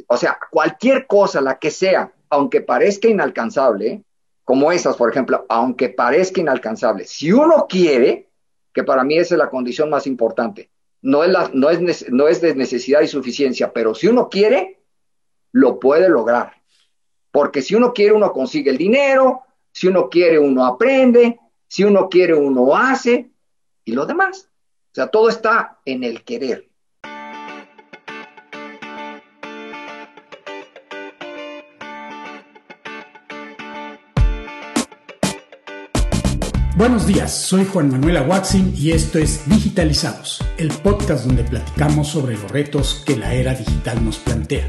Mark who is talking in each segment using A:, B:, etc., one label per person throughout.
A: O sea, cualquier cosa, la que sea, aunque parezca inalcanzable, como esas, por ejemplo, aunque parezca inalcanzable, si uno quiere, que para mí esa es la condición más importante, no es de necesidad y suficiencia, pero si uno quiere, lo puede lograr. Porque si uno quiere, uno consigue el dinero, si uno quiere, uno aprende, si uno quiere, uno hace, y lo demás. O sea, todo está en el querer.
B: Buenos días, soy Juan Manuel Aguaxin y esto es Digitalizados, el podcast donde platicamos sobre los retos que la era digital nos plantea.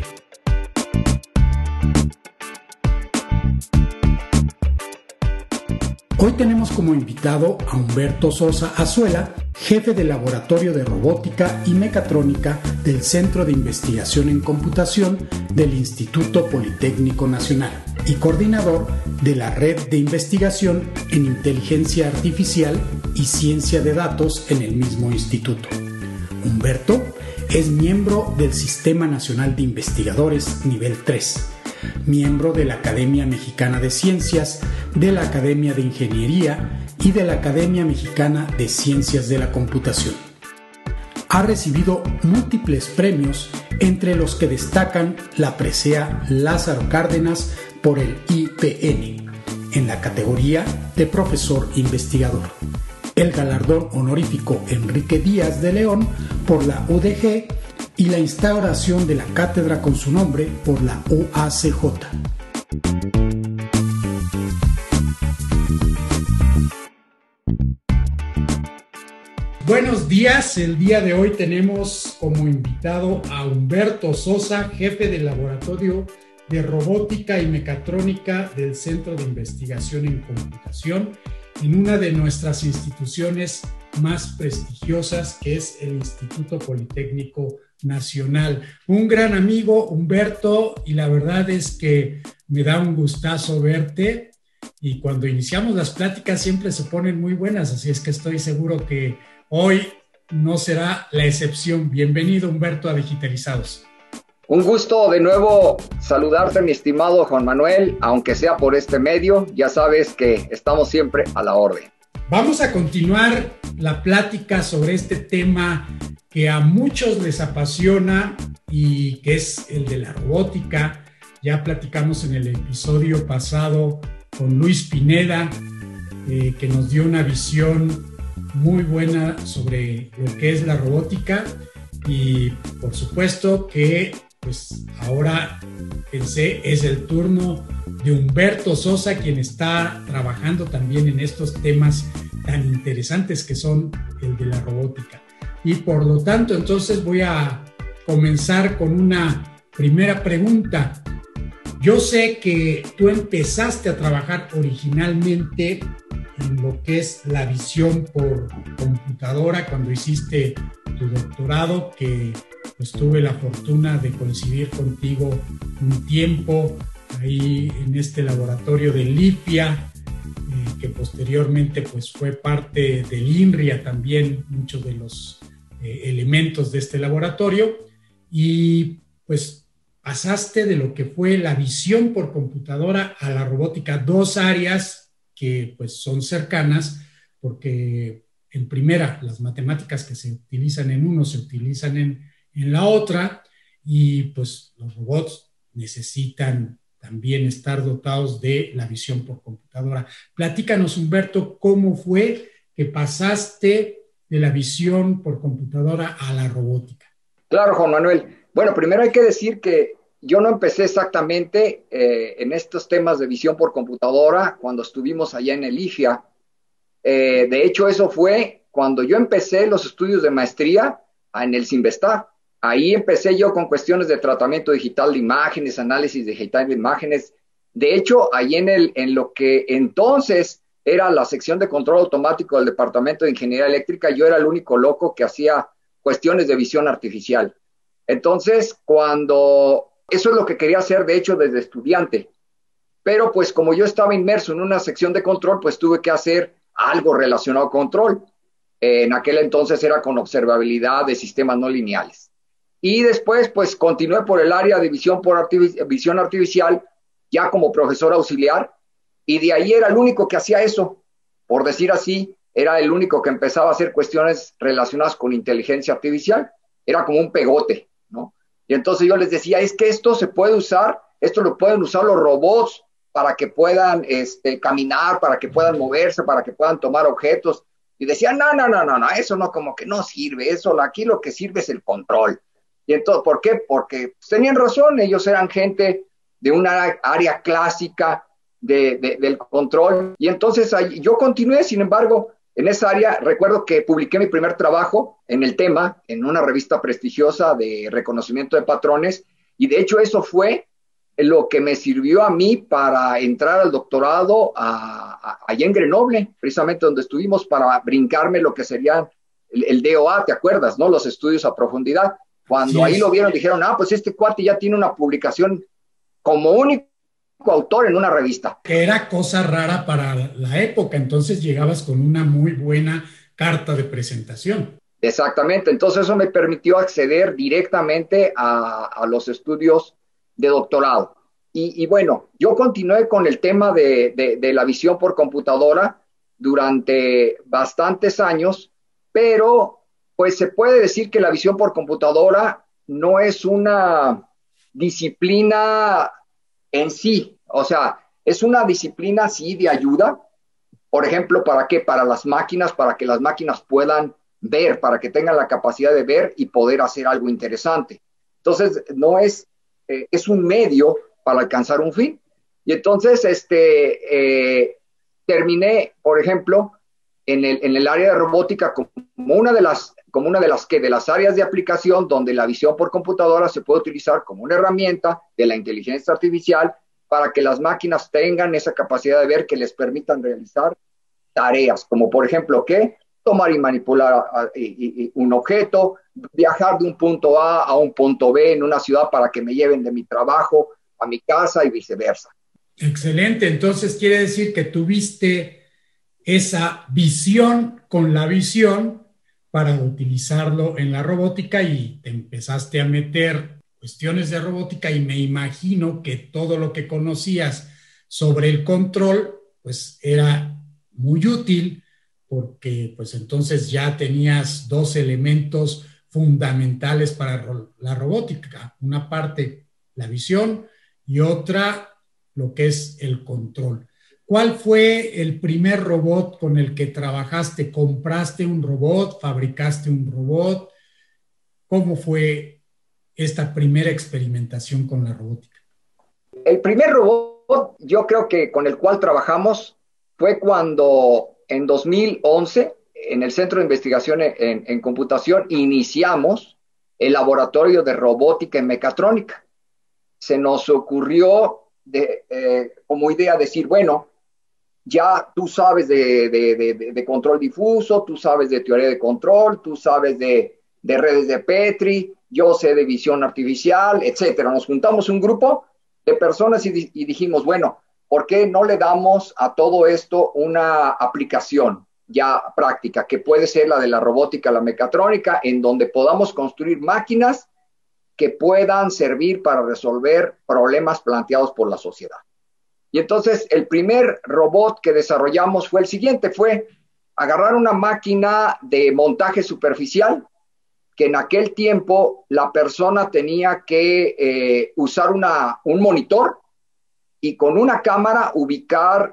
B: Hoy tenemos como invitado a Humberto Sosa Azuela, jefe del Laboratorio de Robótica y Mecatrónica del Centro de Investigación en Computación del Instituto Politécnico Nacional y coordinador de la Red de Investigación en Inteligencia Artificial y Ciencia de Datos en el mismo instituto. Humberto es miembro del Sistema Nacional de Investigadores Nivel 3, miembro de la Academia Mexicana de Ciencias, de la Academia de Ingeniería y de la Academia Mexicana de Ciencias de la Computación. Ha recibido múltiples premios, entre los que destacan la presea Lázaro Cárdenas por el IPN, en la categoría de profesor investigador, el galardón honorífico Enrique Díaz de León por la UDG y la instauración de la cátedra con su nombre por la UACJ. Buenos días, el día de hoy tenemos como invitado a Humberto Sosa, jefe del Laboratorio de Robótica y Mecatrónica del Centro de Investigación en Computación, en una de nuestras instituciones más prestigiosas, que es el Instituto Politécnico Nacional. Un gran amigo, Humberto, y la verdad es que me da un gustazo verte, y cuando iniciamos las pláticas siempre se ponen muy buenas, así es que estoy seguro que hoy no será la excepción. Bienvenido, Humberto, a Digitalizados.
A: Un gusto de nuevo saludarte, mi estimado Juan Manuel, aunque sea por este medio, ya sabes que estamos siempre a la orden.
B: Vamos a continuar la plática sobre este tema que a muchos les apasiona y que es el de la robótica. Ya platicamos en el episodio pasado con Luis Pineda, que nos dio una visión muy buena sobre lo que es la robótica, y por supuesto que pues ahora pensé es el turno de Humberto Sosa, quien está trabajando también en estos temas tan interesantes que son el de la robótica. Y por lo tanto, entonces voy a comenzar con una primera pregunta. Yo sé que tú empezaste a trabajar originalmente en lo que es la visión por computadora cuando hiciste tu doctorado, que pues tuve la fortuna de coincidir contigo un tiempo ahí en este laboratorio de Lipia, que posteriormente pues fue parte del INRIA también, muchos de los elementos de este laboratorio, y pues pasaste de lo que fue la visión por computadora a la robótica, dos áreas que pues son cercanas, porque en primera las matemáticas que se utilizan en uno se utilizan en la otra, y pues los robots necesitan también estar dotados de la visión por computadora. Platícanos, Humberto, ¿cómo fue que pasaste de la visión por computadora a la robótica?
A: Claro, Juan Manuel. Bueno, primero hay que decir que yo no empecé exactamente en estos temas de visión por computadora cuando estuvimos allá en el IFIA. De hecho, eso fue cuando yo empecé los estudios de maestría en el CINVESTAR. Ahí empecé yo con cuestiones de tratamiento digital de imágenes, análisis digital de imágenes. De hecho, ahí en lo que entonces era la sección de control automático del Departamento de Ingeniería Eléctrica, yo era el único loco que hacía cuestiones de visión artificial. Entonces, eso es lo que quería hacer, de hecho, desde estudiante. Pero pues como yo estaba inmerso en una sección de control, pues tuve que hacer algo relacionado con control. En aquel entonces era con observabilidad de sistemas no lineales. Y después, pues, continué por el área de visión artificial, ya como profesor auxiliar, y de ahí era el único que hacía eso, por decir así, era el único que empezaba a hacer cuestiones relacionadas con inteligencia artificial, era como un pegote, ¿no? Y entonces yo les decía, es que esto se puede usar, esto lo pueden usar los robots para que puedan caminar, para que puedan moverse, para que puedan tomar objetos. Y decían, no, eso no, como que no sirve, eso, aquí lo que sirve es el control. Y entonces, ¿por qué? Porque pues, tenían razón, ellos eran gente de una área clásica del control. Y entonces yo continué, sin embargo, en esa área. Recuerdo que publiqué mi primer trabajo en el tema, en una revista prestigiosa de reconocimiento de patrones, y de hecho eso fue lo que me sirvió a mí para entrar al doctorado allá en Grenoble, precisamente donde estuvimos, para brincarme lo que sería el DOA, ¿te acuerdas? ¿No? Los estudios a profundidad. Cuando
B: Así
A: ahí lo
B: es.
A: vieron, dijeron, pues este cuate ya tiene una publicación como único autor en una revista.
B: Que era cosa rara para la época, entonces llegabas con una muy buena carta de presentación.
A: Exactamente, entonces eso me permitió acceder directamente a los estudios de doctorado. Y bueno, yo continué con el tema de la visión por computadora durante bastantes años, pero pues se puede decir que la visión por computadora no es una disciplina en sí, o sea, es una disciplina sí de ayuda. Por ejemplo, ¿para qué? Para las máquinas, para que las máquinas puedan ver, para que tengan la capacidad de ver y poder hacer algo interesante. Entonces, no es, es un medio para alcanzar un fin. Y entonces, terminé, por ejemplo, en el área de robótica como de las áreas de aplicación donde la visión por computadora se puede utilizar como una herramienta de la inteligencia artificial para que las máquinas tengan esa capacidad de ver que les permitan realizar tareas, como por ejemplo, ¿qué? Tomar y manipular un objeto, viajar de un punto A un punto B en una ciudad para que me lleven de mi trabajo a mi casa y viceversa.
B: Excelente, entonces quiere decir que tuviste esa visión con la visión para utilizarlo en la robótica y te empezaste a meter cuestiones de robótica y me imagino que todo lo que conocías sobre el control pues era muy útil porque pues entonces ya tenías dos elementos fundamentales para la robótica, una parte la visión y otra lo que es el control. ¿Cuál fue el primer robot con el que trabajaste? ¿Compraste un robot? ¿Fabricaste un robot? ¿Cómo fue esta primera experimentación con la robótica?
A: El primer robot, yo creo que con el cual trabajamos fue cuando en 2011, en el Centro de Investigación en Computación, iniciamos el laboratorio de robótica y mecatrónica. Se nos ocurrió como idea decir, bueno, ya tú sabes de control difuso, tú sabes de teoría de control, tú sabes de redes de Petri, yo sé de visión artificial, etcétera. Nos juntamos un grupo de personas y dijimos, bueno, ¿por qué no le damos a todo esto una aplicación ya práctica, que puede ser la de la robótica, la mecatrónica, en donde podamos construir máquinas que puedan servir para resolver problemas planteados por la sociedad? Y entonces el primer robot que desarrollamos fue el siguiente, fue agarrar una máquina de montaje superficial, que en aquel tiempo la persona tenía que usar un monitor y con una cámara ubicar,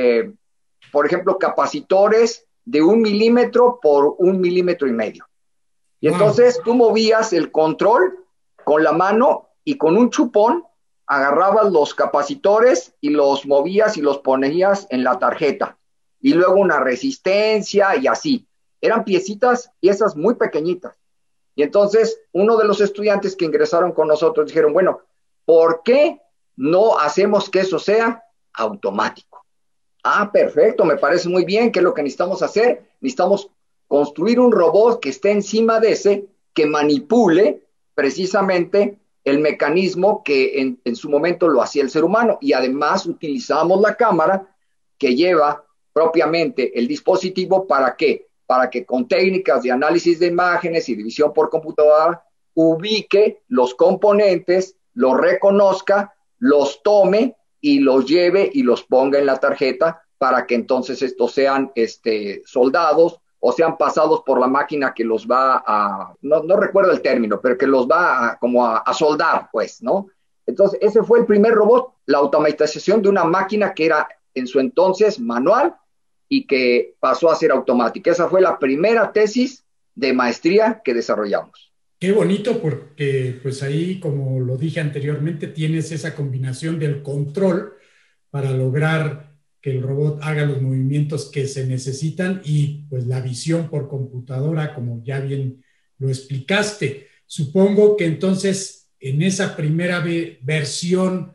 A: por ejemplo, capacitores de 1 milímetro por 1,5 milímetros. Y
B: Wow.
A: entonces tú movías el control con la mano y con un chupón agarrabas los capacitores y los movías y los ponías en la tarjeta. Y luego una resistencia y así. Eran piezas muy pequeñitas. Y entonces uno de los estudiantes que ingresaron con nosotros dijeron, bueno, ¿por qué no hacemos que eso sea automático? Perfecto, me parece muy bien. ¿Qué es lo que necesitamos hacer? Necesitamos construir un robot que esté encima de ese, que manipule precisamente el mecanismo que en su momento lo hacía el ser humano. Y además utilizamos la cámara que lleva propiamente el dispositivo. ¿Para qué? Para que con técnicas de análisis de imágenes y de visión por computadora ubique los componentes, los reconozca, los tome y los lleve y los ponga en la tarjeta para que entonces estos sean soldados o sean pasados por la máquina que los va a, no recuerdo el término, pero que los va a soldar, pues, ¿no? Entonces, ese fue el primer robot, la automatización de una máquina que era en su entonces manual y que pasó a ser automática. Esa fue la primera tesis de maestría que desarrollamos.
B: Qué bonito porque pues ahí, como lo dije anteriormente, tienes esa combinación del control para lograr que el robot haga los movimientos que se necesitan y pues la visión por computadora, como ya bien lo explicaste. Supongo que entonces en esa primera versión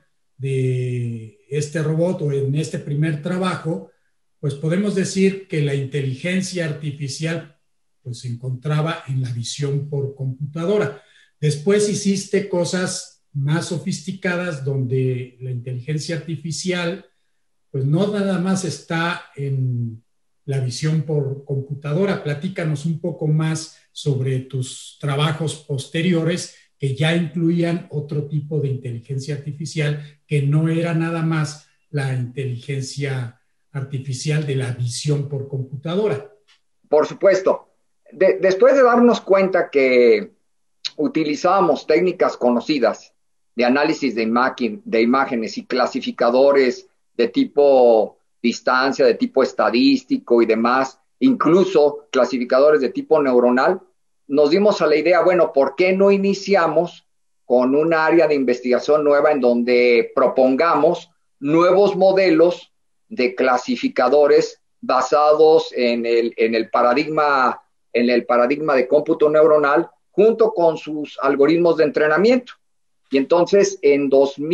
B: de este robot o en este primer trabajo, pues podemos decir que la inteligencia artificial pues se encontraba en la visión por computadora. Después hiciste cosas más sofisticadas donde la inteligencia artificial pues no nada más está en la visión por computadora. Platícanos un poco más sobre tus trabajos posteriores que ya incluían otro tipo de inteligencia artificial que no era nada más la inteligencia artificial de la visión por computadora.
A: Por supuesto. Después de darnos cuenta que utilizábamos técnicas conocidas de análisis de imágenes y clasificadores de tipo distancia, de tipo estadístico y demás, incluso clasificadores de tipo neuronal, nos dimos a la idea, bueno, ¿por qué no iniciamos con un área de investigación nueva en donde propongamos nuevos modelos de clasificadores basados en el paradigma de cómputo neuronal junto con sus algoritmos de entrenamiento? Y entonces en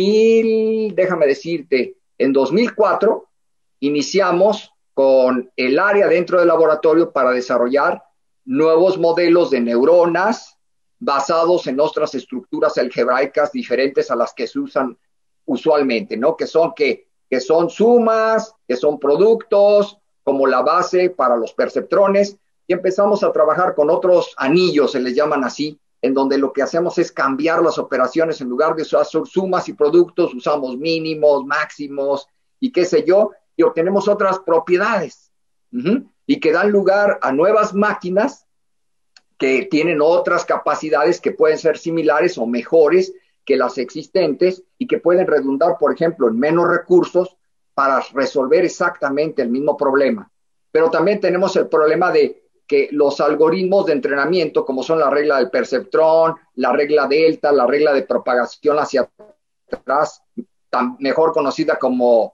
A: 2004 iniciamos con el área dentro del laboratorio para desarrollar nuevos modelos de neuronas basados en otras estructuras algebraicas diferentes a las que se usan usualmente, ¿no? Que son sumas, que son productos, como la base para los perceptrones, y empezamos a trabajar con otros anillos, se les llaman así, en donde lo que hacemos es cambiar las operaciones. En lugar de usar sumas y productos, usamos mínimos, máximos y qué sé yo, y obtenemos otras propiedades y que dan lugar a nuevas máquinas que tienen otras capacidades que pueden ser similares o mejores que las existentes y que pueden redundar, por ejemplo, en menos recursos para resolver exactamente el mismo problema. Pero también tenemos el problema de que los algoritmos de entrenamiento, como son la regla del perceptrón, la regla delta, la regla de propagación hacia atrás, mejor conocida como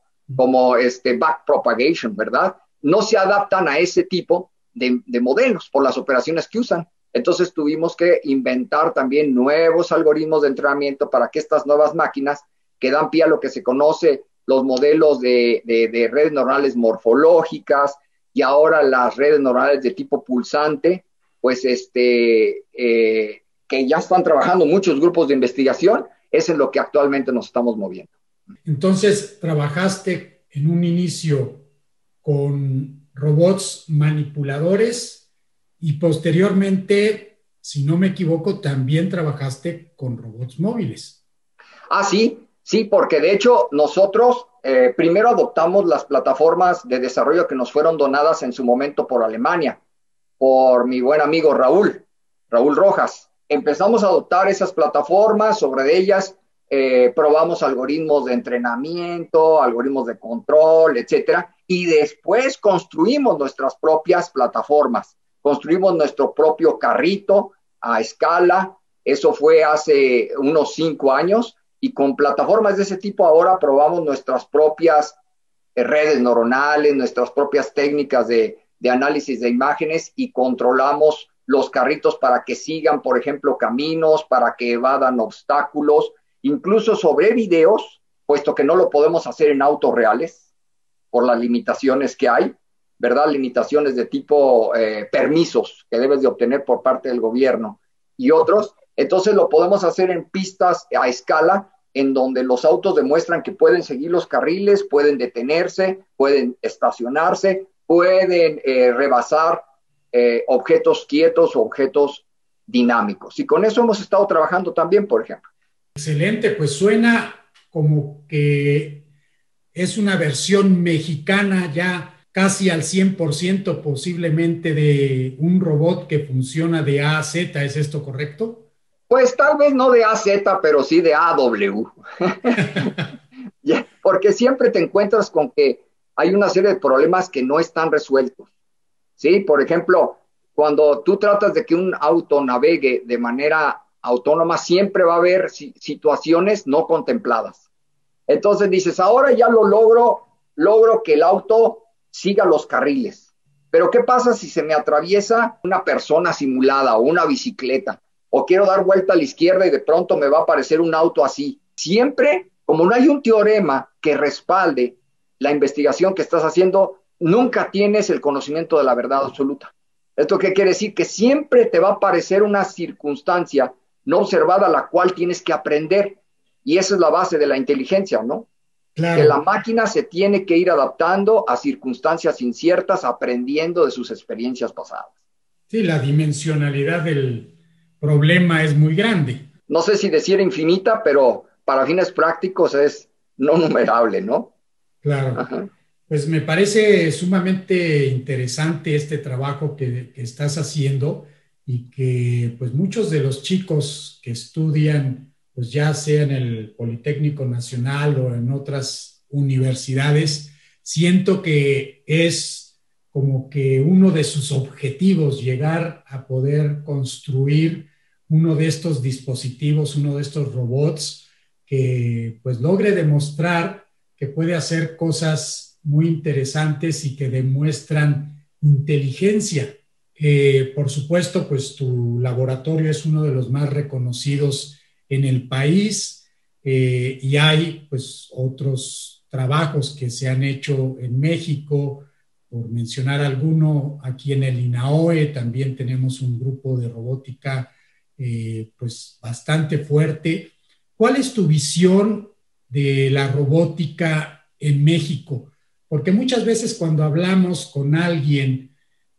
A: backpropagation, ¿verdad? No se adaptan a ese tipo de modelos por las operaciones que usan. Entonces tuvimos que inventar también nuevos algoritmos de entrenamiento para que estas nuevas máquinas que dan pie a lo que se conoce los modelos de redes neuronales morfológicas y ahora las redes neuronales de tipo pulsante, pues que ya están trabajando muchos grupos de investigación, es en lo que actualmente nos estamos moviendo.
B: Entonces, trabajaste en un inicio con robots manipuladores y posteriormente, si no me equivoco, también trabajaste con robots móviles.
A: Ah, sí, porque de hecho nosotros primero adoptamos las plataformas de desarrollo que nos fueron donadas en su momento por Alemania, por mi buen amigo Raúl Rojas. Empezamos a adoptar esas plataformas, sobre ellas probamos algoritmos de entrenamiento, algoritmos de control, etcétera, y después construimos nuestras propias plataformas, construimos nuestro propio carrito a escala. Eso fue hace unos 5 años, y con plataformas de ese tipo ahora probamos nuestras propias redes neuronales, nuestras propias técnicas de análisis de imágenes y controlamos los carritos para que sigan, por ejemplo, caminos, para que evadan obstáculos, incluso sobre videos, puesto que no lo podemos hacer en autos reales por las limitaciones que hay, ¿verdad? Limitaciones de tipo permisos que debes de obtener por parte del gobierno y otros. Entonces lo podemos hacer en pistas a escala, en donde los autos demuestran que pueden seguir los carriles, pueden detenerse, pueden estacionarse, pueden rebasar objetos quietos o objetos dinámicos. Y con eso hemos estado trabajando también, por ejemplo.
B: Excelente, pues suena como que es una versión mexicana ya casi al 100% posiblemente de un robot que funciona de A a Z. ¿Es esto correcto?
A: Pues tal vez no de AZ, pero sí de AW. Porque siempre te encuentras con que hay una serie de problemas que no están resueltos. ¿Sí? Por ejemplo, cuando tú tratas de que un auto navegue de manera autónoma, siempre va a haber situaciones no contempladas. Entonces dices, ahora ya logro que el auto siga los carriles. Pero ¿qué pasa si se me atraviesa una persona simulada o una bicicleta? O quiero dar vuelta a la izquierda y de pronto me va a aparecer un auto así. Siempre, como no hay un teorema que respalde la investigación que estás haciendo, nunca tienes el conocimiento de la verdad absoluta. ¿Esto qué quiere decir? Que siempre te va a aparecer una circunstancia no observada, la cual tienes que aprender. Y esa es la base de la inteligencia, ¿no?
B: Claro.
A: Que la máquina se tiene que ir adaptando a circunstancias inciertas, aprendiendo de sus experiencias pasadas.
B: Sí, la dimensionalidad del problema es muy grande.
A: No sé si decir infinita, pero para fines prácticos es no numerable, ¿no?
B: Claro.
A: Ajá.
B: Pues me parece sumamente interesante este trabajo que estás haciendo y que pues muchos de los chicos que estudian, pues ya sea en el Politécnico Nacional o en otras universidades, siento que es como que uno de sus objetivos llegar a poder construir uno de estos dispositivos, uno de estos robots que pues logre demostrar que puede hacer cosas muy interesantes y que demuestran inteligencia. Por supuesto, pues tu laboratorio es uno de los más reconocidos en el país y hay pues otros trabajos que se han hecho en México, por mencionar alguno, aquí en el INAOE también tenemos un grupo de robótica pues bastante fuerte. ¿Cuál es tu visión de la robótica en México? Porque muchas veces cuando hablamos con alguien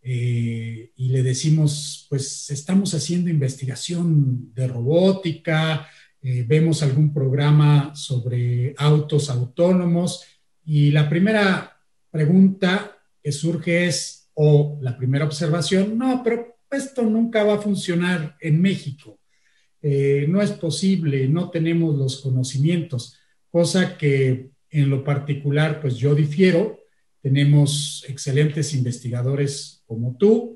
B: y le decimos, pues estamos haciendo investigación de robótica, vemos algún programa sobre autos autónomos y la primera pregunta que surge es, o la primera observación, no, pero esto nunca va a funcionar en México. No es posible, no tenemos los conocimientos, cosa que en lo particular, pues yo difiero. Tenemos excelentes investigadores como tú,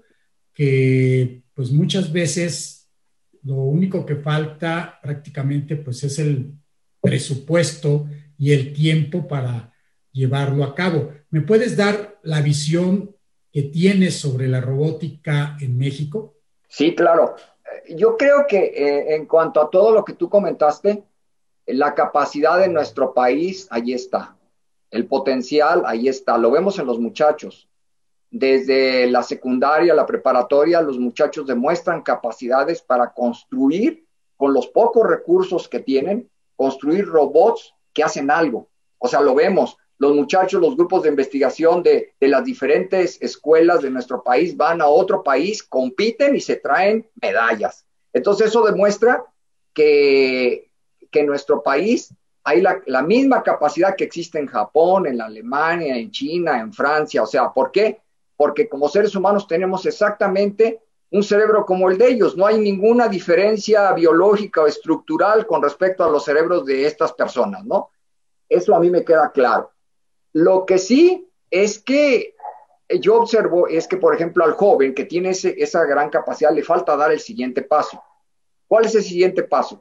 B: que pues muchas veces lo único que falta prácticamente pues es el presupuesto y el tiempo para llevarlo a cabo. ¿Me puedes dar la visión que tienes sobre la robótica en México?
A: Sí, claro. Yo creo que en cuanto a todo lo que tú comentaste, la capacidad de nuestro país, ahí está. El potencial, ahí está. Lo vemos en los muchachos. Desde la secundaria, la preparatoria, los muchachos demuestran capacidades para construir, con los pocos recursos que tienen, construir robots que hacen algo. O sea, lo vemos. Los muchachos, los grupos de investigación de las diferentes escuelas de nuestro país van a otro país, compiten y se traen medallas. Entonces eso demuestra que en nuestro país hay la misma capacidad que existe en Japón, en Alemania, en China, en Francia. O sea, ¿por qué? Porque como seres humanos tenemos exactamente un cerebro como el de ellos. No hay ninguna diferencia biológica o estructural con respecto a los cerebros de estas personas, ¿no? Eso a mí me queda claro. Lo que sí es que yo observo es que, por ejemplo, al joven que tiene esa gran capacidad le falta dar el siguiente paso. ¿Cuál es el siguiente paso?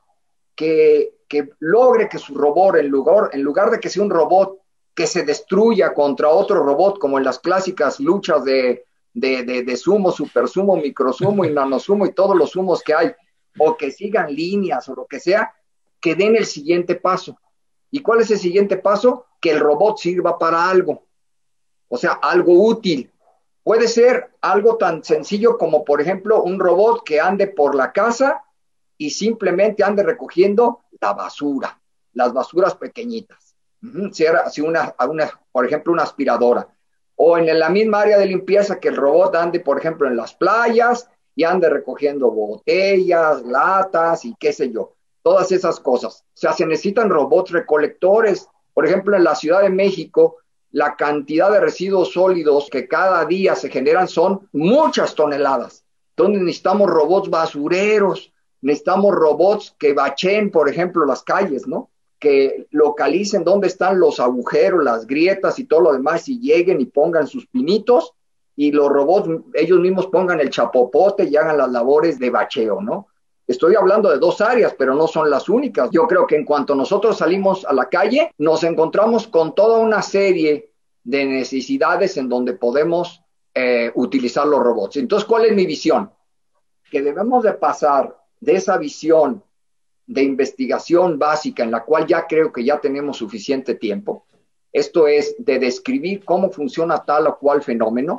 A: Que logre que su robot, en lugar de que sea un robot que se destruya contra otro robot, como en las clásicas luchas de sumo, super sumo, micro sumo y nano sumo y todos los sumos que hay, o que sigan líneas o lo que sea, que den el siguiente paso. ¿Y cuál es el siguiente paso? Que el robot sirva para algo, o sea, algo útil. Puede ser algo tan sencillo como, por ejemplo, un robot que ande por la casa y simplemente ande recogiendo la basura, las basuras pequeñitas. Si por ejemplo, una aspiradora. O en la misma área de limpieza que el robot ande, por ejemplo, en las playas y ande recogiendo botellas, latas y qué sé yo, todas esas cosas. O sea, se necesitan robots recolectores. Por ejemplo, en la Ciudad de México, la cantidad de residuos sólidos que cada día se generan son muchas toneladas. Entonces necesitamos robots basureros, necesitamos robots que bachen, por ejemplo, las calles, ¿no? Que localicen dónde están los agujeros, las grietas y todo lo demás, y lleguen y pongan sus pinitos, y los robots ellos mismos pongan el chapopote y hagan las labores de bacheo, ¿no? Estoy hablando de dos áreas, pero no son las únicas. Yo creo que en cuanto nosotros salimos a la calle, nos encontramos con toda una serie de necesidades en donde podemos utilizar los robots. Entonces, ¿cuál es mi visión? Que debemos de pasar de esa visión de investigación básica, en la cual ya creo que ya tenemos suficiente tiempo, esto es de describir cómo funciona tal o cual fenómeno,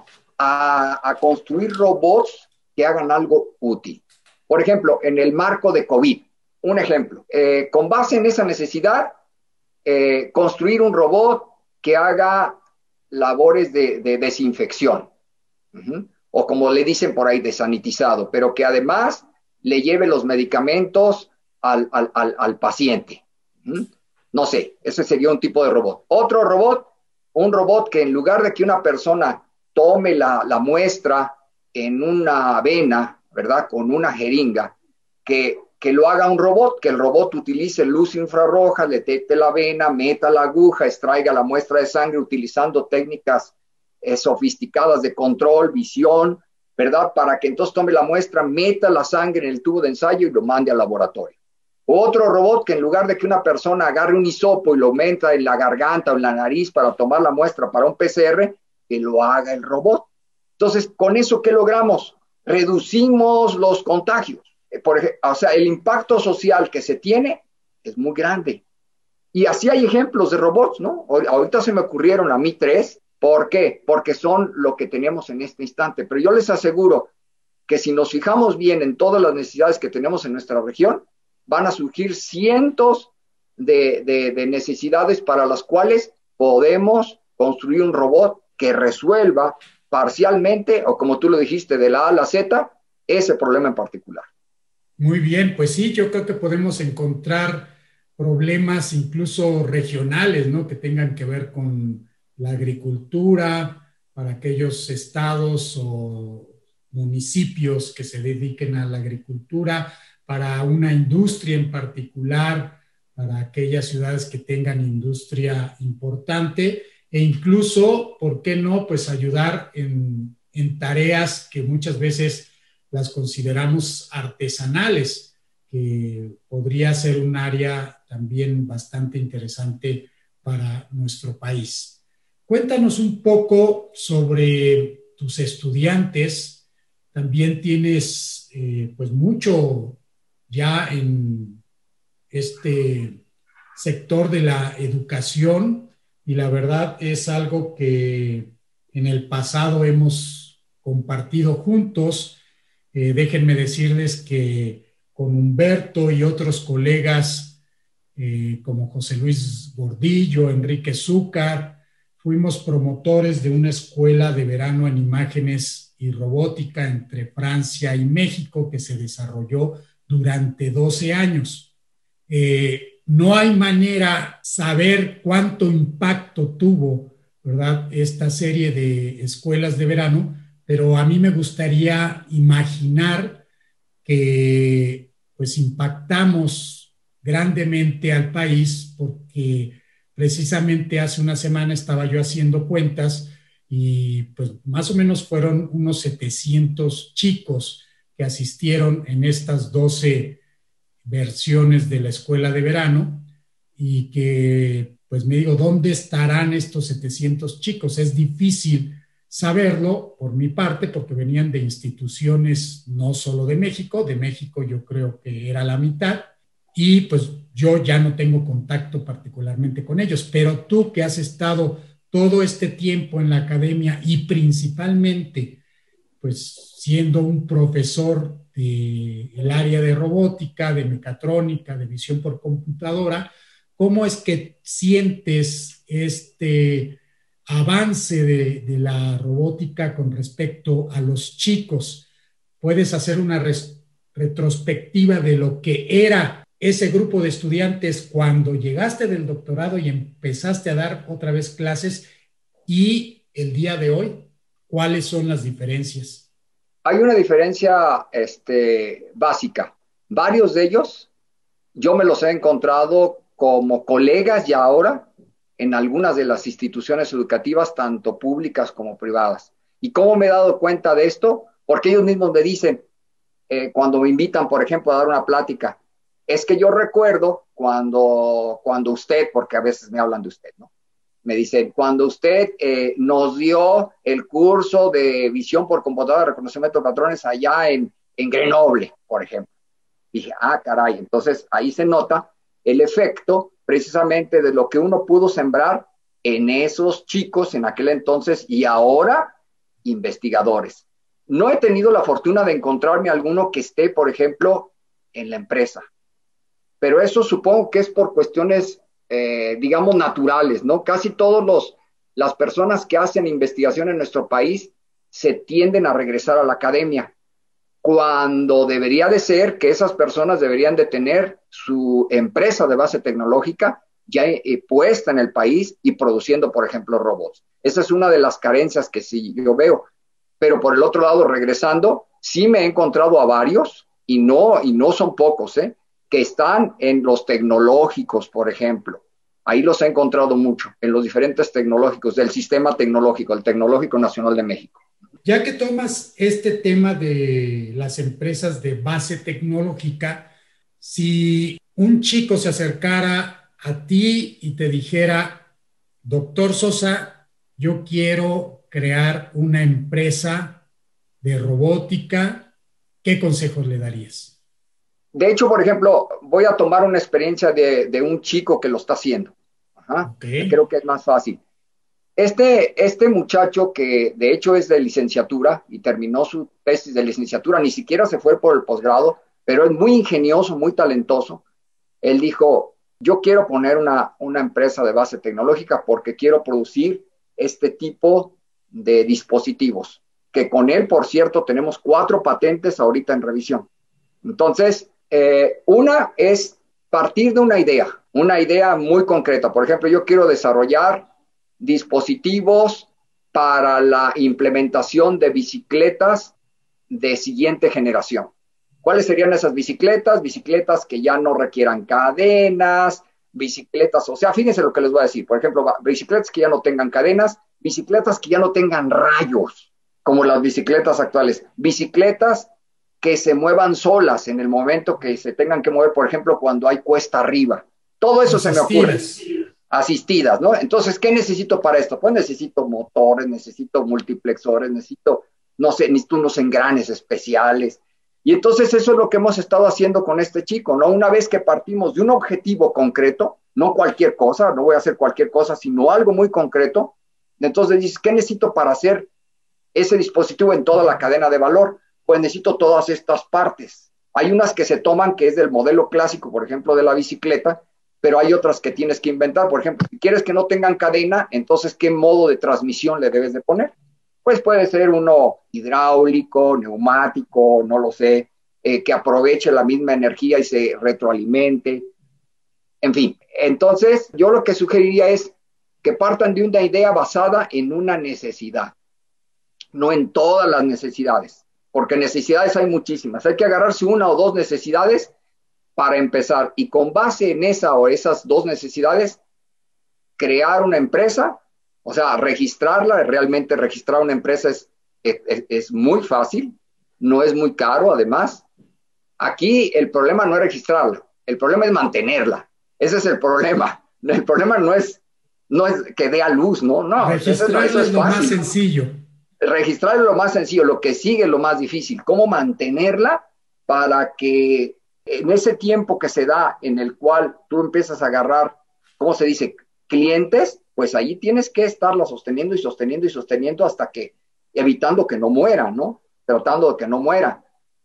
A: a construir robots que hagan algo útil. Por ejemplo, en el marco de COVID, un ejemplo, con base en esa necesidad, construir un robot que haga labores de desinfección, o como le dicen por ahí, desanitizado, pero que además le lleve los medicamentos al paciente. No sé, ese sería un tipo de robot. Otro robot, un robot que en lugar de que una persona tome la muestra en una vena, ¿verdad? Con una jeringa, que lo haga un robot, que el robot utilice luz infrarroja, detecte la vena, meta la aguja, extraiga la muestra de sangre utilizando técnicas sofisticadas de control, visión, ¿verdad? Para que entonces tome la muestra, meta la sangre en el tubo de ensayo y lo mande al laboratorio. Otro robot que en lugar de que una persona agarre un hisopo y lo meta en la garganta o en la nariz para tomar la muestra para un PCR, que lo haga el robot. Entonces, con eso, ¿qué logramos? Reducimos los contagios. Por ejemplo, o sea, el impacto social que se tiene es muy grande. Y así hay ejemplos de robots, ¿no? Ahorita se me ocurrieron a mí 3. ¿Por qué? Porque son lo que teníamos en este instante. Pero yo les aseguro que si nos fijamos bien en todas las necesidades que tenemos en nuestra región, van a surgir cientos de necesidades para las cuales podemos construir un robot que resuelva parcialmente, o como tú lo dijiste, de la A a la Z, ese problema en particular.
B: Muy bien, pues sí, yo creo que podemos encontrar problemas incluso regionales, ¿no? Que tengan que ver con la agricultura, para aquellos estados o municipios que se dediquen a la agricultura, para una industria en particular, para aquellas ciudades que tengan industria importante, e incluso, ¿por qué no? Pues ayudar en tareas que muchas veces las consideramos artesanales, que podría ser un área también bastante interesante para nuestro país. Cuéntanos un poco sobre tus estudiantes. También tienes pues mucho ya en este sector de la educación, y la verdad es algo que en el pasado hemos compartido juntos. Déjenme decirles que con Humberto y otros colegas como José Luis Gordillo, Enrique Zúcar, fuimos promotores de una escuela de verano en imágenes y robótica entre Francia y México que se desarrolló durante 12 años. No hay manera saber cuánto impacto tuvo, ¿verdad?, esta serie de escuelas de verano, pero a mí me gustaría imaginar que pues impactamos grandemente al país, porque precisamente hace una semana estaba yo haciendo cuentas y pues más o menos fueron unos 700 chicos que asistieron en estas 12 versiones de la escuela de verano, y que pues me digo, ¿dónde estarán estos 700 chicos? Es difícil saberlo por mi parte, porque venían de instituciones no solo de México yo creo que era la mitad, y pues yo ya no tengo contacto particularmente con ellos, pero tú que has estado todo este tiempo en la academia y principalmente pues siendo un profesor del área de robótica, de mecatrónica, de visión por computadora, ¿cómo es que sientes este avance de la robótica con respecto a los chicos? puedes hacer una retrospectiva de lo que era ese grupo de estudiantes cuando llegaste del doctorado y empezaste a dar otra vez clases y el día de hoy, ¿cuáles son las diferencias?
A: Hay una diferencia básica. Varios de ellos yo me los he encontrado como colegas y ahora en algunas de las instituciones educativas, tanto públicas como privadas. ¿Y cómo me he dado cuenta de esto? Porque ellos mismos me dicen, cuando me invitan, por ejemplo, a dar una plática, es que yo recuerdo cuando usted, porque a veces me hablan de usted, ¿no? Me dicen, cuando usted nos dio el curso de visión por computadora de reconocimiento de patrones allá en Grenoble, por ejemplo. Dije, ah, caray, entonces ahí se nota el efecto precisamente de lo que uno pudo sembrar en esos chicos en aquel entonces y ahora investigadores. No he tenido la fortuna de encontrarme alguno que esté, por ejemplo, en la empresa, pero eso supongo que es por cuestiones, digamos, naturales, ¿no? Casi todas las personas que hacen investigación en nuestro país se tienden a regresar a la academia, cuando debería de ser que esas personas deberían de tener su empresa de base tecnológica ya puesta en el país y produciendo, por ejemplo, robots. Esa es una de las carencias que sí yo veo. Pero por el otro lado, regresando, sí me he encontrado a varios, y no son pocos, que están en los tecnológicos, por ejemplo. Ahí los he encontrado mucho, en los diferentes tecnológicos del sistema tecnológico, el Tecnológico Nacional de México.
B: Ya que tomas este tema de las empresas de base tecnológica, si un chico se acercara a ti y te dijera, doctor Sosa, yo quiero crear una empresa de robótica, ¿qué consejos le darías?
A: De hecho, por ejemplo, voy a tomar una experiencia de un chico que lo está haciendo. Ajá.
B: Okay.
A: Creo que es más fácil. Este muchacho que de hecho es de licenciatura y terminó su tesis de licenciatura, ni siquiera se fue por el posgrado, pero es muy ingenioso, muy talentoso. Él dijo, yo quiero poner una empresa de base tecnológica porque quiero producir este tipo de dispositivos, que con él, por cierto, tenemos 4 patentes ahorita en revisión. Entonces, una es partir de una idea muy concreta. Por ejemplo, yo quiero desarrollar dispositivos para la implementación de bicicletas de siguiente generación. ¿Cuáles serían esas bicicletas? Bicicletas que ya no requieran cadenas, bicicletas, o sea, fíjense lo que les voy a decir. Por ejemplo, bicicletas que ya no tengan cadenas, bicicletas que ya no tengan rayos, como las bicicletas actuales, bicicletas que se muevan solas en el momento que se tengan que mover, por ejemplo, cuando hay cuesta arriba. Todo eso se me ocurre. Asistidas, ¿no? Entonces, ¿qué necesito para esto? Pues necesito motores, necesito multiplexores, necesito unos engranes especiales. Y entonces eso es lo que hemos estado haciendo con este chico, ¿no? Una vez que partimos de un objetivo concreto, no cualquier cosa, no voy a hacer cualquier cosa, sino algo muy concreto, entonces dices, ¿qué necesito para hacer ese dispositivo en toda la cadena de valor? Pues necesito todas estas partes. Hay unas que se toman, que es del modelo clásico, por ejemplo, de la bicicleta, pero hay otras que tienes que inventar. Por ejemplo, si quieres que no tengan cadena, entonces, ¿qué modo de transmisión le debes de poner? Pues puede ser uno hidráulico, neumático, no lo sé, que aproveche la misma energía y se retroalimente. En fin, entonces yo lo que sugeriría es que partan de una idea basada en una necesidad, no en todas las necesidades, porque necesidades hay muchísimas. Hay que agarrarse una o dos necesidades para empezar, y con base en esa o esas 2 necesidades, crear una empresa, o sea, registrarla. Realmente registrar una empresa es muy fácil, no es muy caro además. Aquí el problema no es registrarla, el problema es mantenerla. Ese es el problema. El problema no es que dé a luz, no.
B: Registrar es lo más sencillo.
A: Registrar es lo más sencillo, lo que sigue es lo más difícil. ¿Cómo mantenerla para que en ese tiempo que se da en el cual tú empiezas a agarrar, ¿cómo se dice?, clientes, pues ahí tienes que estarla sosteniendo y sosteniendo y sosteniendo hasta que, evitando que no muera, ¿no? Tratando de que no muera.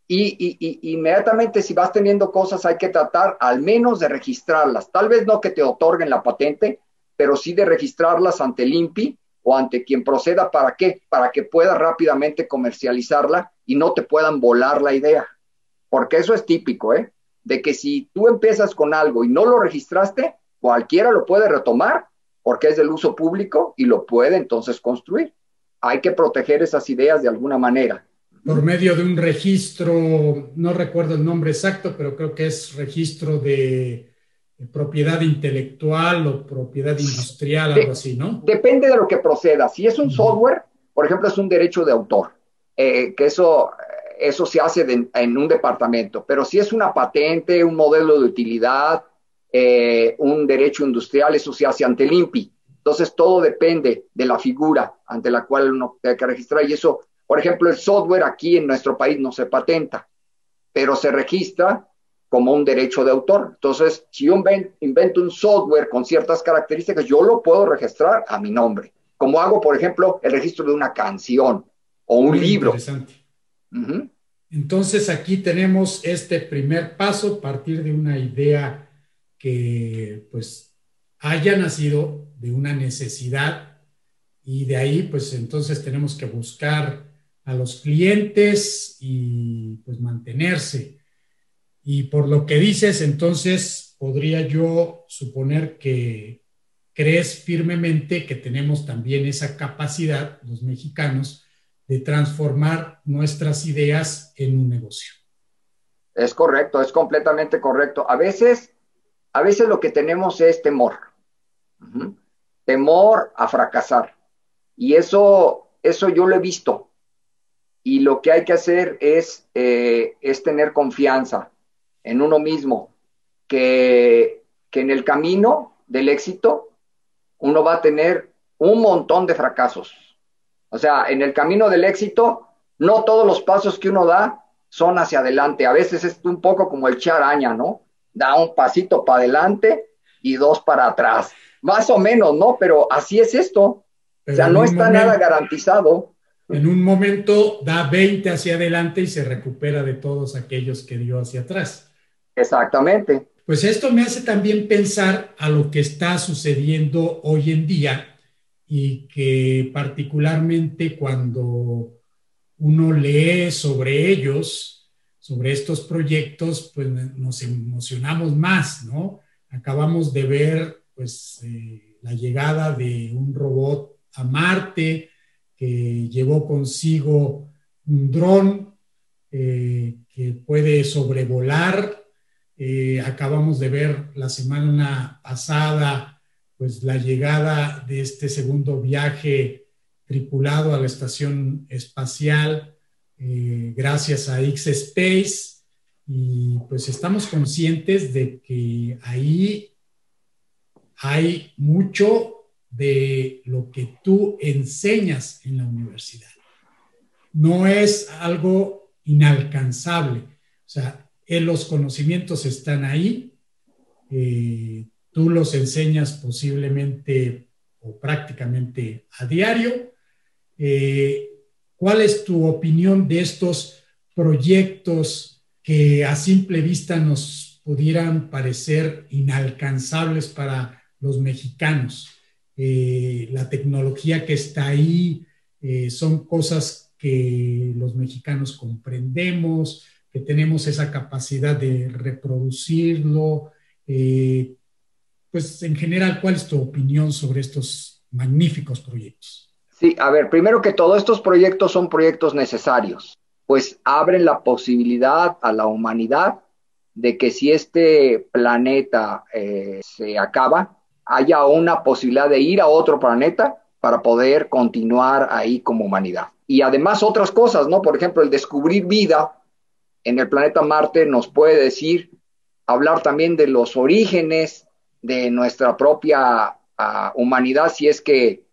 A: Y inmediatamente si vas teniendo cosas hay que tratar al menos de registrarlas. Tal vez no que te otorguen la patente, pero sí de registrarlas ante el INPI o ante quien proceda. ¿Para qué? Para que pueda rápidamente comercializarla y no te puedan volar la idea. Porque eso es típico, ¿eh? De que si tú empiezas con algo y no lo registraste, cualquiera lo puede retomar porque es del uso público y lo puede entonces construir. Hay que proteger esas ideas de alguna manera.
B: Por medio de un registro, no recuerdo el nombre exacto, pero creo que es registro de propiedad intelectual o propiedad industrial, algo así, ¿no?
A: Depende de lo que proceda. Si es un software, por ejemplo, es un derecho de autor, que eso se hace en un departamento, pero si es una patente, un modelo de utilidad, un derecho industrial, eso se hace ante el INPI. Entonces, todo depende de la figura ante la cual uno tiene que registrar. Y eso, por ejemplo, el software aquí en nuestro país no se patenta, pero se registra como un derecho de autor. Entonces, si yo invento un software con ciertas características, yo lo puedo registrar a mi nombre. Como hago, por ejemplo, el registro de una canción o un libro.
B: Interesante. Entonces, aquí tenemos este primer paso, partir de una idea que pues haya nacido de una necesidad y de ahí pues entonces tenemos que buscar a los clientes y pues mantenerse. Y por lo que dices, entonces podría yo suponer que crees firmemente que tenemos también esa capacidad, los mexicanos, de transformar nuestras ideas en un negocio.
A: Es correcto, es completamente correcto. A veces lo que tenemos es temor. Temor a fracasar. Y eso yo lo he visto. Y lo que hay que hacer es tener confianza en uno mismo, que en el camino del éxito uno va a tener un montón de fracasos. O sea, en el camino del éxito, no todos los pasos que uno da son hacia adelante. A veces es un poco como el araña, ¿no? Da un pasito para adelante y dos para atrás. Más o menos, ¿no? Pero así es esto.
B: Pero
A: o sea, no está nada garantizado.
B: En un momento da 20 hacia adelante y se recupera de todos aquellos que dio hacia atrás.
A: Exactamente.
B: Pues esto me hace también pensar a lo que está sucediendo hoy en día y que particularmente cuando uno lee sobre ellos, sobre estos proyectos, pues nos emocionamos más, ¿no? Acabamos de ver pues la llegada de un robot a Marte que llevó consigo un dron que puede sobrevolar. Acabamos de ver la semana pasada pues la llegada de este segundo viaje tripulado a la estación espacial gracias a X-Space y pues estamos conscientes de que ahí hay mucho de lo que tú enseñas en la universidad. No es algo inalcanzable. O sea, los conocimientos están ahí, tú los enseñas posiblemente o prácticamente a diario. ¿Cuál es tu opinión de estos proyectos que a simple vista nos pudieran parecer inalcanzables para los mexicanos? La tecnología que está ahí son cosas que los mexicanos comprendemos, que tenemos esa capacidad de reproducirlo. Pues en general, ¿cuál es tu opinión sobre estos magníficos proyectos?
A: Sí, a ver, primero que todo, estos proyectos son proyectos necesarios, pues abren la posibilidad a la humanidad de que si este planeta se acaba, haya una posibilidad de ir a otro planeta para poder continuar ahí como humanidad. Y además otras cosas, ¿no? Por ejemplo, el descubrir vida en el planeta Marte nos puede decir, hablar también de los orígenes de nuestra propia humanidad, si es que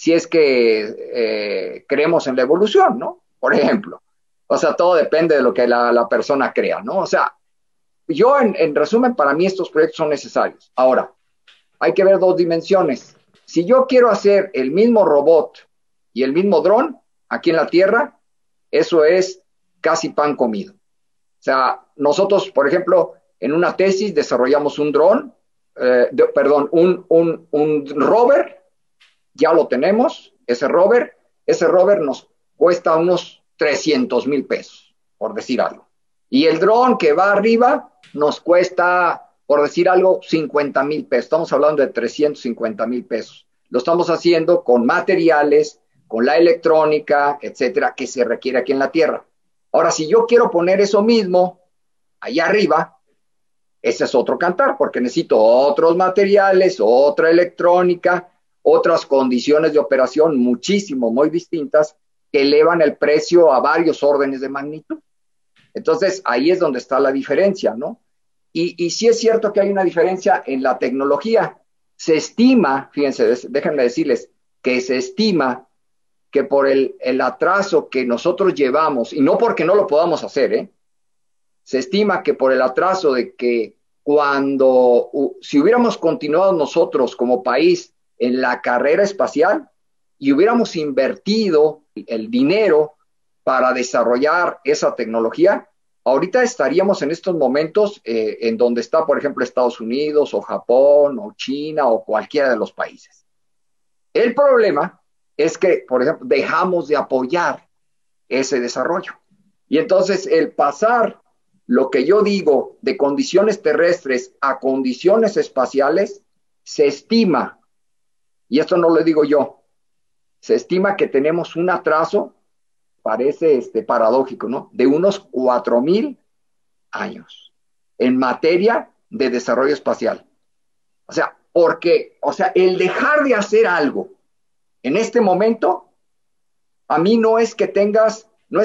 A: creemos en la evolución, ¿no? Por ejemplo. O sea, todo depende de lo que la persona crea, ¿no? O sea, yo en resumen, para mí estos proyectos son necesarios. Ahora, hay que ver dos dimensiones. Si yo quiero hacer el mismo robot y el mismo dron aquí en la Tierra, eso es casi pan comido. O sea, nosotros, por ejemplo, en una tesis desarrollamos un dron, un rover, ya lo tenemos, ese rover nos cuesta unos 300,000 pesos, por decir algo. Y el dron que va arriba nos cuesta, por decir algo, 50,000 pesos. Estamos hablando de 350,000 pesos. Lo estamos haciendo con materiales, con la electrónica, etcétera, que se requiere aquí en la Tierra. Ahora, si yo quiero poner eso mismo allá arriba, ese es otro cantar, porque necesito otros materiales, otra electrónica, otras condiciones de operación muchísimo, muy distintas, que elevan el precio a varios órdenes de magnitud. Entonces, ahí es donde está la diferencia, ¿no? Y sí es cierto que hay una diferencia en la tecnología. Se estima, fíjense, déjenme decirles, que se estima que por el atraso que nosotros llevamos, y no porque no lo podamos hacer, se estima que por el atraso de que si hubiéramos continuado nosotros como país en la carrera espacial y hubiéramos invertido el dinero para desarrollar esa tecnología, ahorita estaríamos en estos momentos en donde está, por ejemplo, Estados Unidos o Japón o China o cualquiera de los países. El problema es que, por ejemplo, dejamos de apoyar ese desarrollo. Y entonces el pasar lo que yo digo de condiciones terrestres a condiciones espaciales, se estima, y esto no lo digo yo, se estima que tenemos un atraso, parece paradójico, ¿no?, de unos 4,000 años en materia de desarrollo espacial. O sea, el dejar de hacer algo en este momento, a mí no es que tengas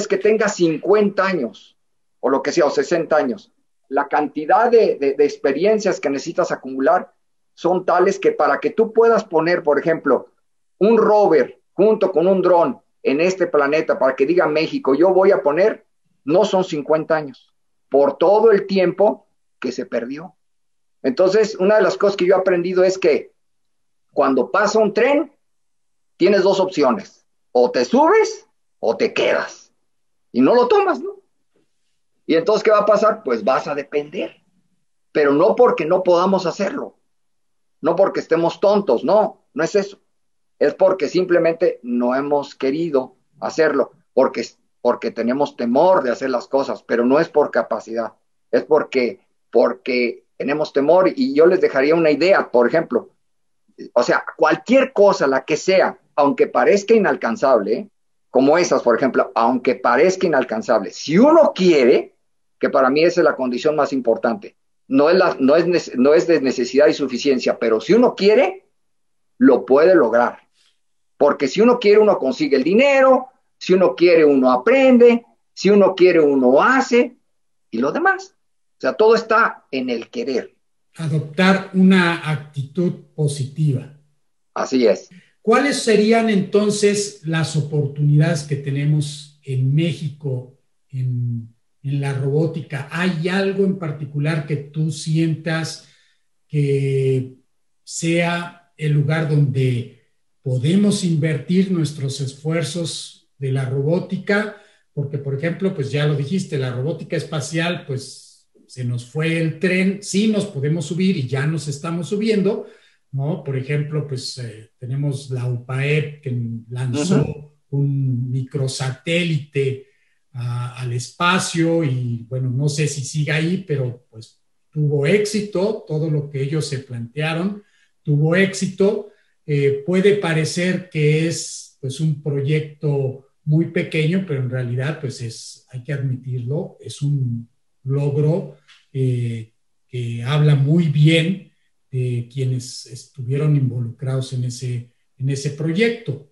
A: 50 años, o lo que sea, o 60 años. La cantidad de experiencias que necesitas acumular son tales que para que tú puedas poner, por ejemplo, un rover junto con un dron en este planeta, para que diga México, yo voy a poner, no son 50 años, por todo el tiempo que se perdió. Entonces, una de las cosas que yo he aprendido es que cuando pasa un tren, tienes dos opciones, o te subes o te quedas, y no lo tomas, ¿no? Y entonces, ¿qué va a pasar? Pues vas a depender, pero no porque no podamos hacerlo, no porque estemos tontos, no es eso. Es porque simplemente no hemos querido hacerlo, porque tenemos temor de hacer las cosas, pero no es por capacidad, es porque tenemos temor. Y yo les dejaría una idea, por ejemplo, o sea, cualquier cosa, la que sea, aunque parezca inalcanzable, como esas, por ejemplo, aunque parezca inalcanzable, si uno quiere, que para mí esa es la condición más importante, no es de necesidad y suficiencia, pero si uno quiere, lo puede lograr. Porque si uno quiere, uno consigue el dinero, si uno quiere, uno aprende, si uno quiere, uno hace, y lo demás. O sea, todo está en el querer.
B: Adoptar una actitud positiva.
A: Así es.
B: ¿Cuáles serían entonces las oportunidades que tenemos en México en la robótica? ¿Hay algo en particular que tú sientas que sea el lugar donde podemos invertir nuestros esfuerzos de la robótica? Porque, por ejemplo, pues ya lo dijiste, la robótica espacial, pues se nos fue el tren, sí nos podemos subir y ya nos estamos subiendo, ¿no? Por ejemplo, pues tenemos la UPAEP que lanzó un microsatélite al espacio y bueno, no sé si siga ahí, pero pues tuvo éxito, todo lo que ellos se plantearon tuvo éxito. Puede parecer que es pues un proyecto muy pequeño, pero en realidad pues hay que admitirlo, es un logro que habla muy bien de quienes estuvieron involucrados en ese proyecto.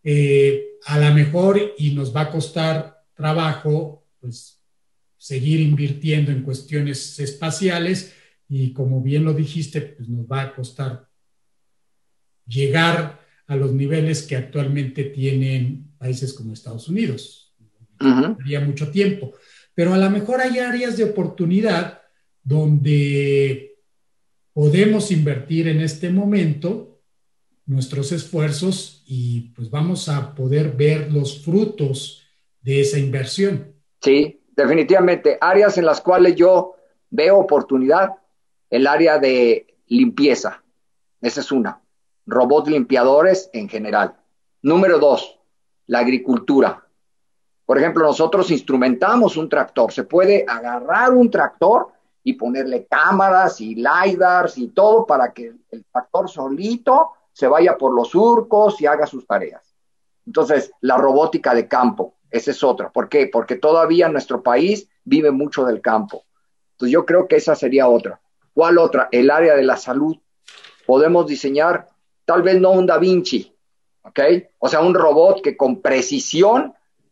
B: A lo mejor, y nos va a costar trabajo, pues seguir invirtiendo en cuestiones espaciales y como bien lo dijiste, pues nos va a costar llegar a los niveles que actualmente tienen países como Estados Unidos. Sería mucho tiempo, pero a lo mejor hay áreas de oportunidad donde podemos invertir en este momento nuestros esfuerzos y pues vamos a poder ver los frutos de esa inversión.
A: Sí, definitivamente. Áreas en las cuales yo veo oportunidad, el área de limpieza. Esa es una. Robots limpiadores en general. Número dos, la agricultura. Por ejemplo, nosotros instrumentamos un tractor. Se puede agarrar un tractor y ponerle cámaras y lidars y todo para que el tractor solito se vaya por los surcos y haga sus tareas. Entonces, la robótica de campo, esa es otra. ¿Por qué? Porque todavía nuestro país vive mucho del campo. Entonces, yo creo que esa sería otra. ¿Cuál otra? El área de la salud. Podemos diseñar, tal vez no un Da Vinci, ¿ok? O sea, un robot que con precisión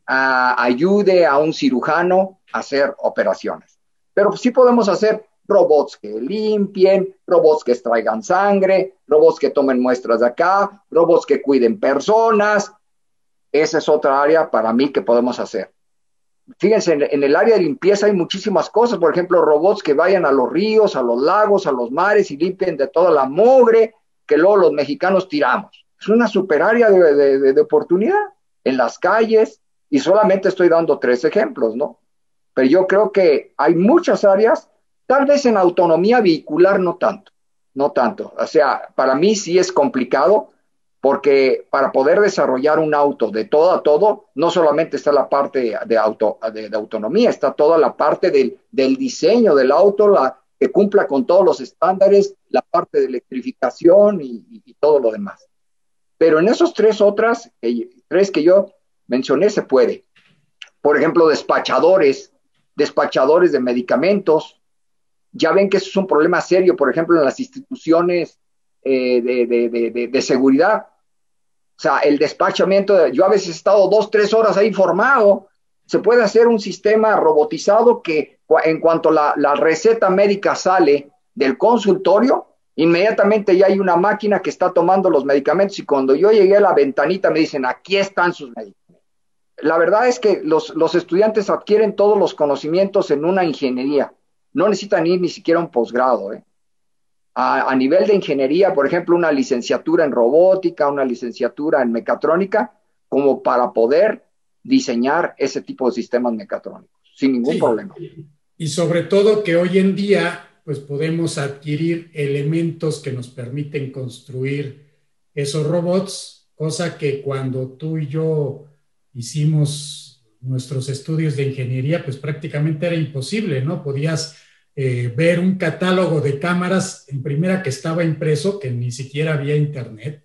A: ayude a un cirujano a hacer operaciones. Pero sí podemos hacer robots que limpien, robots que extraigan sangre, robots que tomen muestras de acá, robots que cuiden personas. Esa es otra área para mí que podemos hacer. Fíjense, en el área de limpieza hay muchísimas cosas, por ejemplo, robots que vayan a los ríos, a los lagos, a los mares y limpien de toda la mugre que luego los mexicanos tiramos. Es una super área de oportunidad en las calles, y solamente estoy dando 3 ejemplos, ¿no? Pero yo creo que hay muchas áreas, tal vez en autonomía vehicular no tanto, no tanto. O sea, para mí sí es complicado, porque para poder desarrollar un auto de todo a todo, no solamente está la parte de autonomía, está toda la parte del diseño del auto, que cumpla con todos los estándares, la parte de electrificación y todo lo demás. Pero en esos 3 que yo mencioné se puede. Por ejemplo, despachadores de medicamentos. Ya ven que eso es un problema serio, por ejemplo, en las instituciones de seguridad. O sea, el despachamiento, yo a veces he estado 2, 3 horas ahí formado. Se puede hacer un sistema robotizado que en cuanto la receta médica sale del consultorio, inmediatamente ya hay una máquina que está tomando los medicamentos, y cuando yo llegué a la ventanita me dicen, aquí están sus medicamentos. La verdad es que los estudiantes adquieren todos los conocimientos en una ingeniería. No necesitan ir ni siquiera a un posgrado, ¿eh? A nivel de ingeniería, por ejemplo, una licenciatura en robótica, una licenciatura en mecatrónica, como para poder diseñar ese tipo de sistemas mecatrónicos, sin ningún problema.
B: Y sobre todo que hoy en día, pues podemos adquirir elementos que nos permiten construir esos robots, cosa que cuando tú y yo hicimos nuestros estudios de ingeniería, pues prácticamente era imposible, ¿no? Podías ver un catálogo de cámaras en primera que estaba impreso, que ni siquiera había internet,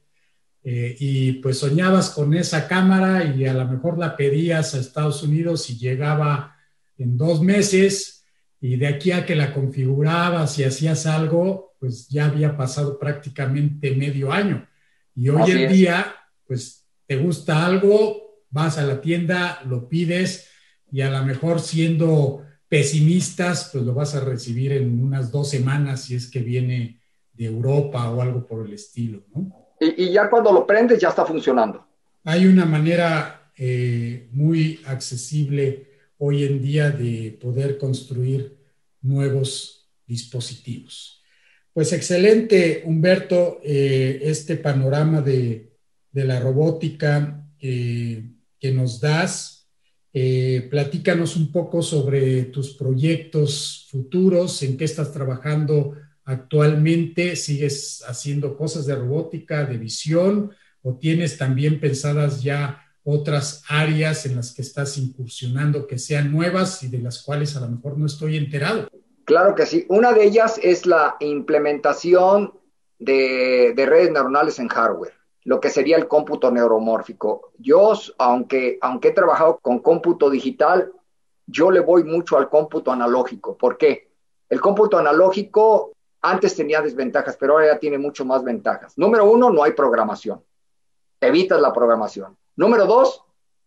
B: y pues soñabas con esa cámara y a lo mejor la pedías a Estados Unidos y llegaba en 2 meses, y de aquí a que la configurabas y hacías algo, pues ya había pasado prácticamente medio año. Y hoy en día, pues te gusta algo, vas a la tienda, lo pides, y a lo mejor siendo pesimistas, pues lo vas a recibir en unas 2 semanas si es que viene de Europa o algo por el estilo, ¿no?
A: Y ya cuando lo prendes ya está funcionando.
B: Hay una manera muy accesible hoy en día de poder construir nuevos dispositivos. Pues excelente, Humberto, este panorama de la robótica que nos das. Platícanos un poco sobre tus proyectos futuros, en qué estás trabajando actualmente. ¿Sigues haciendo cosas de robótica, de visión, o tienes también pensadas ya otras áreas en las que estás incursionando que sean nuevas y de las cuales a lo mejor no estoy enterado?
A: Claro que sí. Una de ellas es la implementación de redes neuronales en hardware, lo que sería el cómputo neuromórfico. Yo, aunque he trabajado con cómputo digital, yo le voy mucho al cómputo analógico. ¿Por qué? El cómputo analógico antes tenía desventajas, pero ahora ya tiene mucho más ventajas. Número 1, no hay programación. Evitas la programación. Número 2,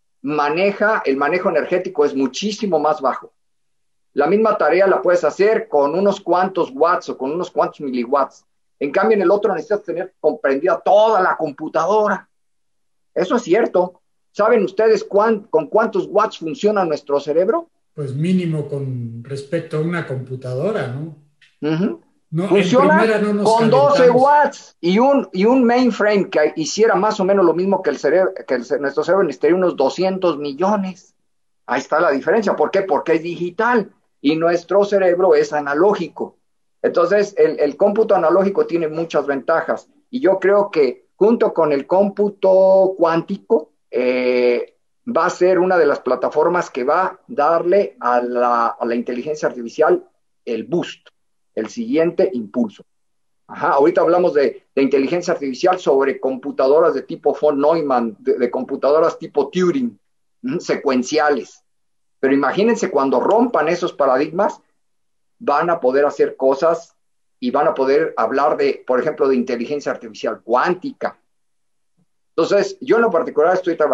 A: el manejo energético es muchísimo más bajo. La misma tarea la puedes hacer con unos cuantos watts o con unos cuantos miliwatts. En cambio, en el otro necesitas tener comprendida toda la computadora. Eso es cierto. ¿Saben ustedes con cuántos watts funciona nuestro cerebro?
B: Pues mínimo con respecto a una computadora, ¿no?
A: No, funciona con 12 watts y un mainframe que hiciera más o menos lo mismo que nuestro cerebro necesitaría unos 200 millones. Ahí está la diferencia. ¿Por qué? Porque es digital y nuestro cerebro es analógico. Entonces, el cómputo analógico tiene muchas ventajas, y yo creo que junto con el cómputo cuántico, va a ser una de las plataformas que va a darle a la inteligencia artificial el boost, el siguiente impulso. Ajá, ahorita hablamos de inteligencia artificial sobre computadoras de tipo von Neumann, de computadoras tipo Turing, secuenciales. Pero imagínense cuando rompan esos paradigmas, van a poder hacer cosas y van a poder hablar de, por ejemplo, de inteligencia artificial cuántica. Entonces, yo en lo particular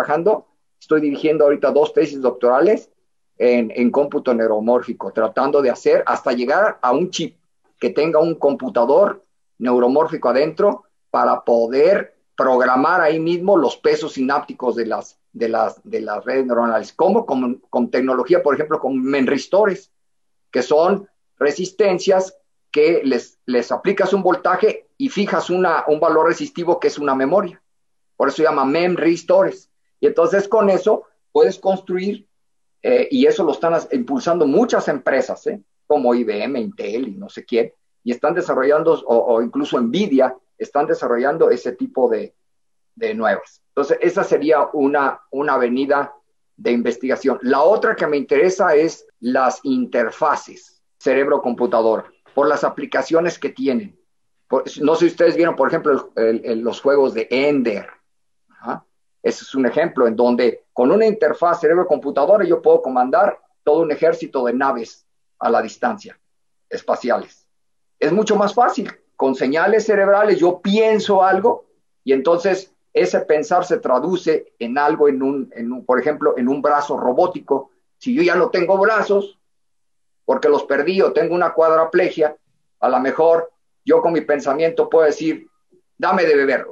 A: estoy dirigiendo ahorita 2 tesis doctorales en cómputo neuromórfico, tratando de hacer hasta llegar a un chip que tenga un computador neuromórfico adentro para poder programar ahí mismo los pesos sinápticos de las redes neuronales, como con tecnología, por ejemplo, con memristores, que son resistencias que les aplicas un voltaje y fijas un valor resistivo que es una memoria. Por eso se llama memristores. Y entonces con eso puedes construir, y eso lo están impulsando muchas empresas, como IBM, Intel y no sé quién, y están desarrollando, o incluso Nvidia, están desarrollando ese tipo de nuevas. Entonces, esa sería una avenida de investigación. La otra que me interesa es las interfaces cerebro-computadora, por las aplicaciones que tienen. No sé si ustedes vieron, por ejemplo, los juegos de Ender. ¿Ah? Ese es un ejemplo en donde con una interfaz cerebro-computadora yo puedo comandar todo un ejército de naves a la distancia, espaciales. Es mucho más fácil. Con señales cerebrales yo pienso algo y entonces ese pensar se traduce en algo, por ejemplo, en un brazo robótico. Si yo ya no tengo brazos, porque los perdí o tengo una cuadraplegia, a lo mejor yo con mi pensamiento puedo decir, dame de beber,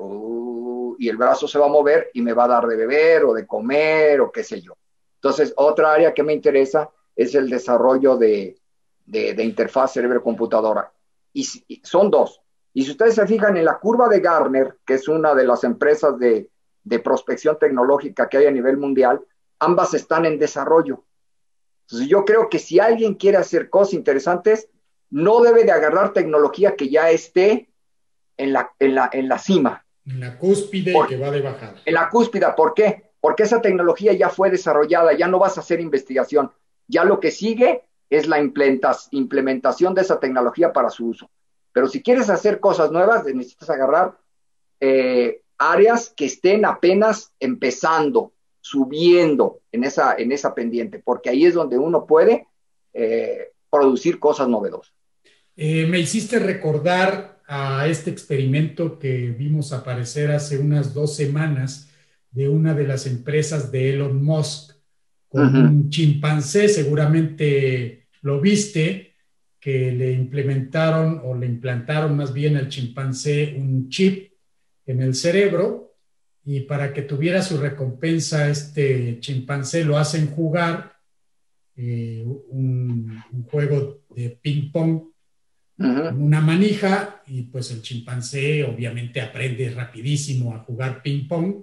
A: y el brazo se va a mover y me va a dar de beber o de comer o qué sé yo. Entonces, otra área que me interesa es el desarrollo de interfaz cerebro-computadora. Y son 2. Y si ustedes se fijan en la curva de Gartner, que es una de las empresas de prospección tecnológica que hay a nivel mundial, ambas están en desarrollo. Entonces yo creo que si alguien quiere hacer cosas interesantes, no debe de agarrar tecnología que ya esté en la cima.
B: En la cúspide y que va de bajada.
A: En la cúspide, ¿por qué? Porque esa tecnología ya fue desarrollada, ya no vas a hacer investigación. Ya lo que sigue es la implementación de esa tecnología para su uso. Pero si quieres hacer cosas nuevas, necesitas agarrar áreas que estén apenas empezando, subiendo en esa pendiente, porque ahí es donde uno puede producir cosas novedosas.
B: Me hiciste recordar a este experimento que vimos aparecer hace unas 2 semanas de una de las empresas de Elon Musk con un chimpancé, seguramente lo viste, que le implementaron o le implantaron más bien al chimpancé un chip en el cerebro y para que tuviera su recompensa este chimpancé lo hacen jugar un juego de ping pong con una manija y pues el chimpancé obviamente aprende rapidísimo a jugar ping pong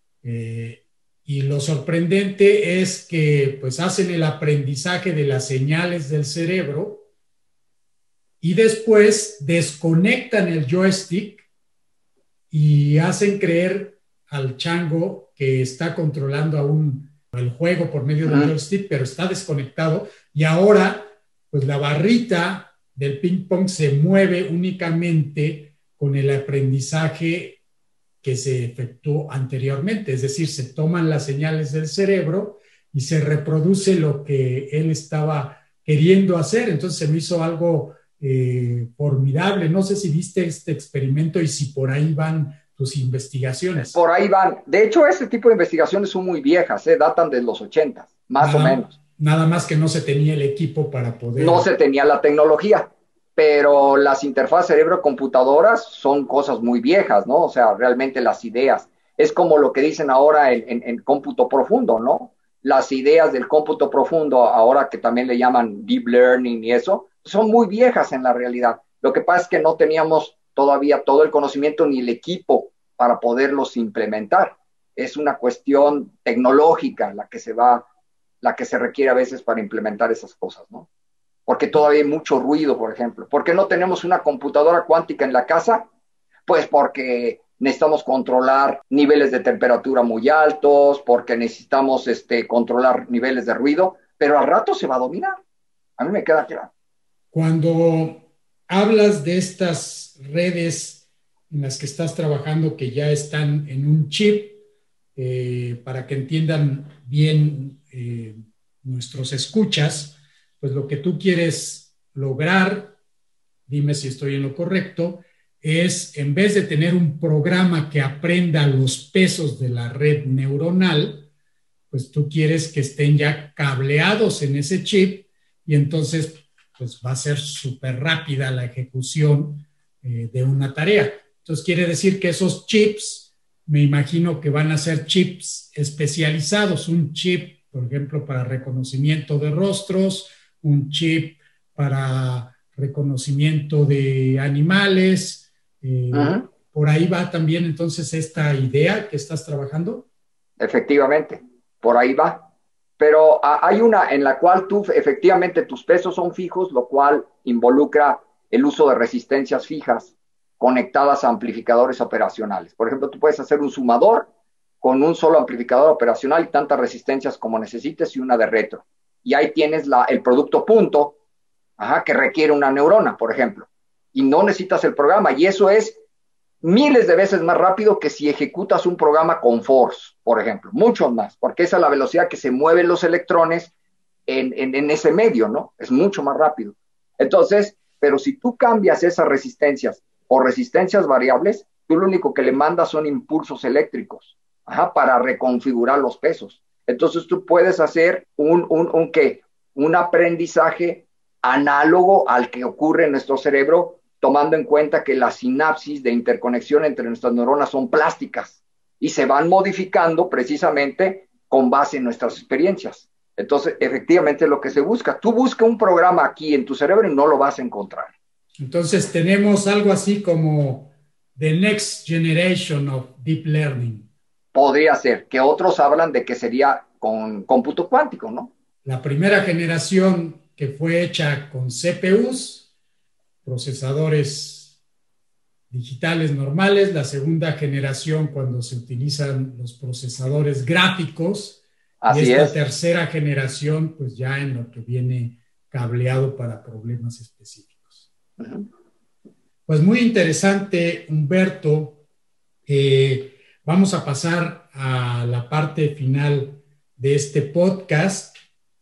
B: y lo sorprendente es que pues hacen el aprendizaje de las señales del cerebro y después desconectan el joystick y hacen creer al chango que está controlando aún el juego por medio del joystick, pero está desconectado y ahora pues la barrita del ping pong se mueve únicamente con el aprendizaje que se efectuó anteriormente, es decir, se toman las señales del cerebro y se reproduce lo que él estaba queriendo hacer. Entonces se me hizo algo formidable. No sé si viste este experimento y si por ahí van tus investigaciones.
A: Por ahí van. De hecho, ese tipo de investigaciones son muy viejas, datan de los 80, más o menos.
B: Nada más que no se tenía el equipo para poder...
A: No se tenía la tecnología, pero las interfaces cerebro-computadoras son cosas muy viejas, ¿no? O sea, realmente las ideas. Es como lo que dicen ahora en cómputo profundo, ¿no? Las ideas del cómputo profundo, ahora que también le llaman deep learning y eso, son muy viejas en la realidad. Lo que pasa es que no teníamos todavía todo el conocimiento ni el equipo para poderlos implementar. Es una cuestión tecnológica la que se requiere a veces para implementar esas cosas, ¿no? Porque todavía hay mucho ruido, por ejemplo. ¿Por qué no tenemos una computadora cuántica en la casa? Pues porque necesitamos controlar niveles de temperatura muy altos, porque necesitamos controlar niveles de ruido, pero al rato se va a dominar. A mí me queda claro.
B: Cuando hablas de estas redes en las que estás trabajando que ya están en un chip, para que entiendan bien nuestros escuchas, pues lo que tú quieres lograr, dime si estoy en lo correcto, es en vez de tener un programa que aprenda los pesos de la red neuronal, pues tú quieres que estén ya cableados en ese chip y entonces pues va a ser súper rápida la ejecución de una tarea. Entonces quiere decir que esos chips, me imagino que van a ser chips especializados, un chip, por ejemplo, para reconocimiento de rostros, un chip para reconocimiento de animales. Por ahí va también entonces esta idea que estás trabajando.
A: Efectivamente, por ahí va. Pero hay una en la cual tú, efectivamente, tus pesos son fijos, lo cual involucra el uso de resistencias fijas conectadas a amplificadores operacionales. Por ejemplo, tú puedes hacer un sumador con un solo amplificador operacional y tantas resistencias como necesites y una de retro. Y ahí tienes el producto punto, que requiere una neurona, por ejemplo. Y no necesitas el programa. Y eso es miles de veces más rápido que si ejecutas un programa con force, por ejemplo, mucho más, porque esa es la velocidad que se mueven los electrones en ese medio, ¿no? Es mucho más rápido. Entonces, pero si tú cambias esas resistencias por resistencias variables, tú lo único que le mandas son impulsos eléctricos, para reconfigurar los pesos. Entonces tú puedes hacer un aprendizaje análogo al que ocurre en nuestro cerebro, tomando en cuenta que las sinapsis de interconexión entre nuestras neuronas son plásticas y se van modificando precisamente con base en nuestras experiencias. Entonces, efectivamente, es lo que se busca. Tú busca un programa aquí en tu cerebro y no lo vas a encontrar.
B: Entonces, tenemos algo así como the next generation of deep learning.
A: Podría ser, que otros hablan de que sería con cómputo cuántico, ¿no?
B: La primera generación que fue hecha con CPUs, procesadores digitales normales, la segunda generación cuando se utilizan los procesadores gráficos,
A: Así
B: y esta
A: es.
B: tercera generación pues ya en lo que viene cableado para problemas específicos. Pues muy interesante, Humberto. Vamos a pasar a la parte final de este podcast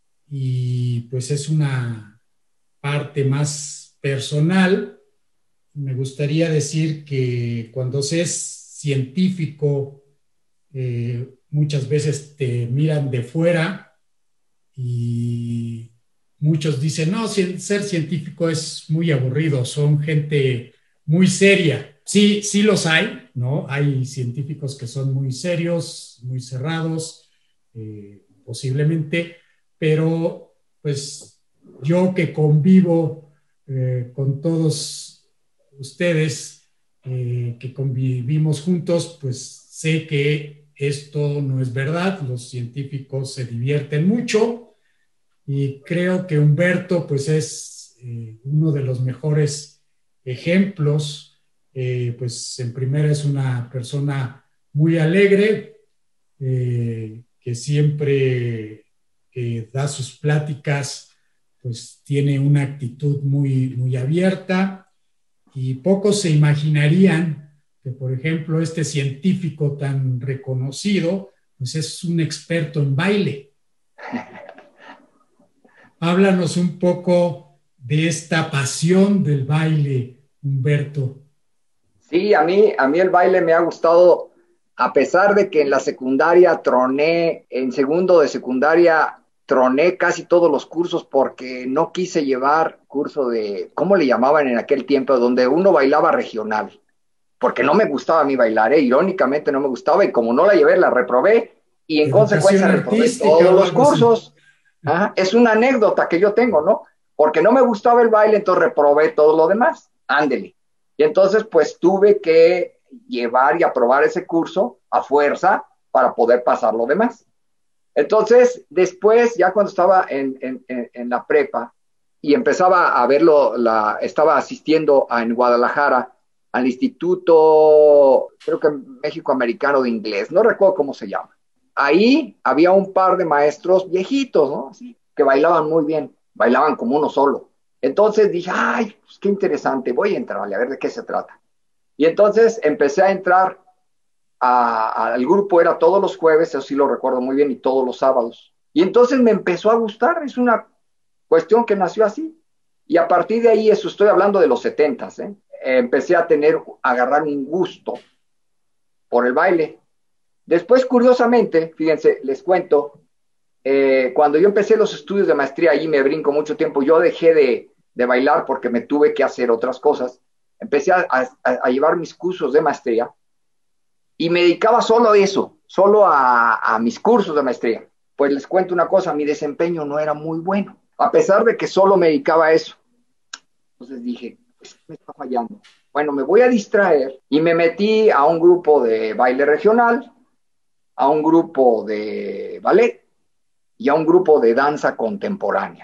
B: y pues es una parte más personal. Me gustaría decir que cuando se es científico, muchas veces te miran de fuera y muchos dicen, no, ser científico es muy aburrido, son gente muy seria. Sí, sí los hay, ¿no? Hay científicos que son muy serios, muy cerrados, posiblemente, pero pues yo que convivo con todos ustedes, que convivimos juntos, pues sé que esto no es verdad, los científicos se divierten mucho y creo que Humberto pues es uno de los mejores ejemplos. Pues en primera es una persona muy alegre, que siempre que da sus pláticas pues tiene una actitud muy, muy abierta y pocos se imaginarían que, por ejemplo, este científico tan reconocido pues es un experto en baile. Háblanos un poco de esta pasión del baile, Humberto.
A: Sí, a mí el baile me ha gustado, a pesar de que en la secundaria troné, en segundo de secundaria troné casi todos los cursos porque no quise llevar curso de, ¿cómo le llamaban en aquel tiempo? Donde uno bailaba regional, porque no me gustaba a mí bailar, irónicamente no me gustaba y como no la llevé, la reprobé y en consecuencia reprobé todos los cursos. Es una anécdota que yo tengo, ¿no? Porque no me gustaba el baile, entonces reprobé todo lo demás. Ándele. Y entonces, pues tuve que llevar y aprobar ese curso a fuerza para poder pasar lo demás. Entonces, después, ya cuando estaba en la prepa y empezaba a verlo, estaba asistiendo en Guadalajara al Instituto, creo que México Americano de Inglés, no recuerdo cómo se llama. Ahí había un par de maestros viejitos, ¿no? Así, que bailaban muy bien, bailaban como uno solo. Entonces dije, ay, pues qué interesante, voy a entrar, a ver de qué se trata. Y entonces empecé a entrar al grupo, era todos los jueves, eso sí lo recuerdo muy bien, y todos los sábados. Y entonces me empezó a gustar, es una cuestión que nació así. Y a partir de ahí, eso estoy hablando de los 70, empecé a agarrar un gusto por el baile. Después, curiosamente, fíjense, les cuento, cuando yo empecé los estudios de maestría, allí me brinco mucho tiempo, yo dejé de bailar porque me tuve que hacer otras cosas. Empecé a llevar mis cursos de maestría y me dedicaba solo a eso, solo a mis cursos de maestría. Pues les cuento una cosa, mi desempeño no era muy bueno, a pesar de que solo me dedicaba a eso. Entonces dije, pues me está fallando. Bueno, me voy a distraer y me metí a un grupo de baile regional, a un grupo de ballet y a un grupo de danza contemporánea.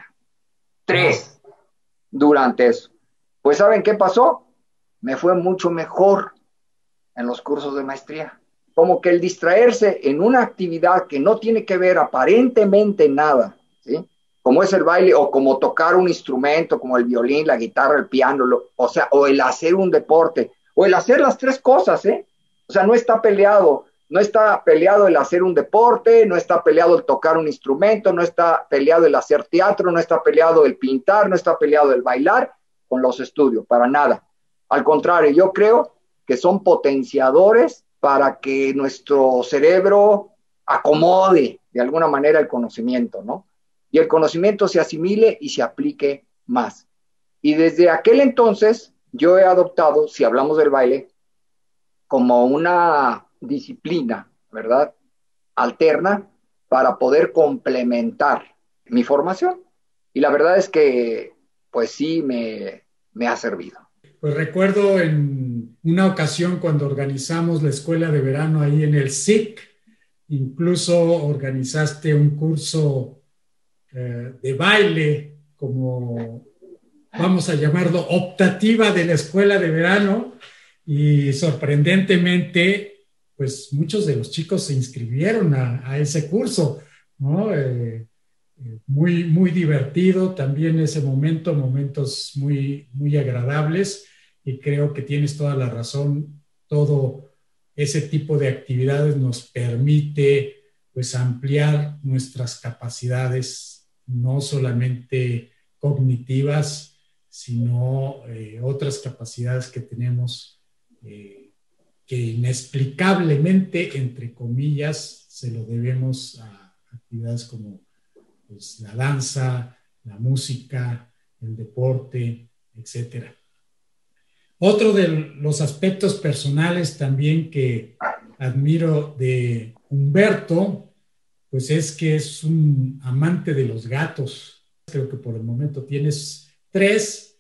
A: 3 durante eso. Pues ¿saben qué pasó? Me fue mucho mejor en los cursos de maestría. Como que el distraerse en una actividad que no tiene que ver aparentemente nada, ¿sí? Como es el baile o como tocar un instrumento, como el violín, la guitarra, el piano, o sea, o el hacer un deporte, o el hacer las 3 cosas, ¿eh? O sea, no está peleado el hacer un deporte, no está peleado el tocar un instrumento, no está peleado el hacer teatro, no está peleado el pintar, no está peleado el bailar con los estudios, para nada. Al contrario, yo creo que son potenciadores para que nuestro cerebro acomode de alguna manera el conocimiento, ¿no? Y el conocimiento se asimile y se aplique más. Y desde aquel entonces yo he adoptado, si hablamos del baile, como una disciplina, ¿verdad? Alterna para poder complementar mi formación. Y la verdad es que, pues sí, me ha servido.
B: Pues recuerdo en una ocasión cuando organizamos la escuela de verano ahí en el SIC, incluso organizaste un curso de baile, como vamos a llamarlo, optativa de la escuela de verano, y sorprendentemente, pues muchos de los chicos se inscribieron a ese curso, ¿no? Muy, muy divertido también ese momento, momentos muy, muy agradables, y creo que tienes toda la razón. Todo ese tipo de actividades nos permite pues ampliar nuestras capacidades, no solamente cognitivas, sino otras capacidades que tenemos que inexplicablemente, entre comillas, se lo debemos a actividades como pues, la danza, la música, el deporte, etcétera. Otro de los aspectos personales también que admiro de Humberto, pues es que es un amante de los gatos. Creo que por el momento tienes 3,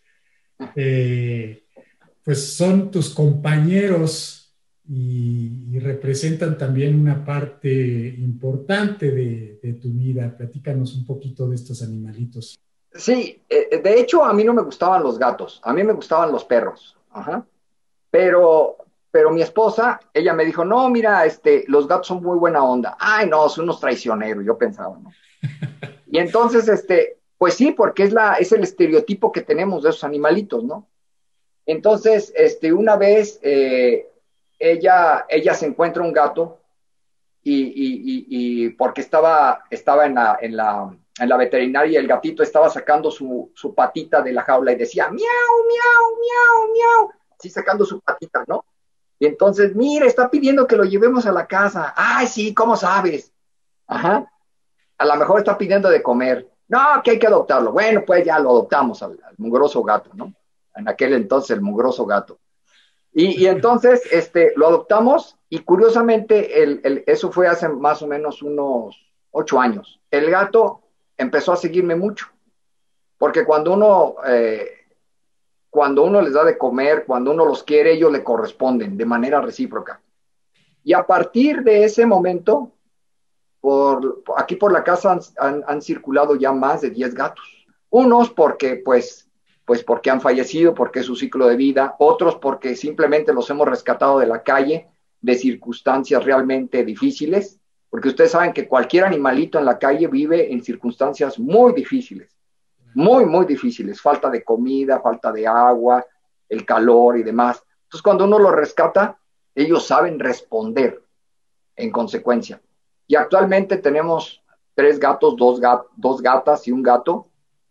B: pues son tus compañeros y representan también una parte importante de tu vida. Platícanos un poquito de estos animalitos.
A: Sí, de hecho a mí no me gustaban los gatos, a mí me gustaban los perros. Ajá. Pero mi esposa, ella me dijo, no, mira, los gatos son muy buena onda. Ay, no, son unos traicioneros, yo pensaba, ¿no? Y entonces, pues sí, porque es el estereotipo que tenemos de esos animalitos, ¿no? Entonces, una vez ella se encuentra un gato y porque estaba en la veterinaria y el gatito estaba sacando su patita de la jaula y decía, miau, miau, miau, miau, así sacando su patita, ¿no? Y entonces, mira, está pidiendo que lo llevemos a la casa. Ay, sí, ¿cómo sabes? Ajá. A lo mejor está pidiendo de comer. No, que hay que adoptarlo. Bueno, pues ya lo adoptamos al mugroso gato, ¿no? En aquel entonces, el mugroso gato. Y entonces, lo adoptamos y curiosamente, eso fue hace más o menos unos 8 años. El gato empezó a seguirme mucho, porque cuando uno les da de comer, cuando uno los quiere, ellos le corresponden de manera recíproca. Y a partir de ese momento, aquí por la casa han circulado ya más de 10 gatos. Unos porque, pues, pues porque han fallecido, porque es su ciclo de vida, otros porque simplemente los hemos rescatado de la calle, de circunstancias realmente difíciles, porque ustedes saben que cualquier animalito en la calle vive en circunstancias muy difíciles, muy difíciles, falta de comida, falta de agua, el calor y demás. Entonces, cuando uno los rescata, ellos saben responder en consecuencia. Y actualmente tenemos 3 gatos, dos gatas y un gato,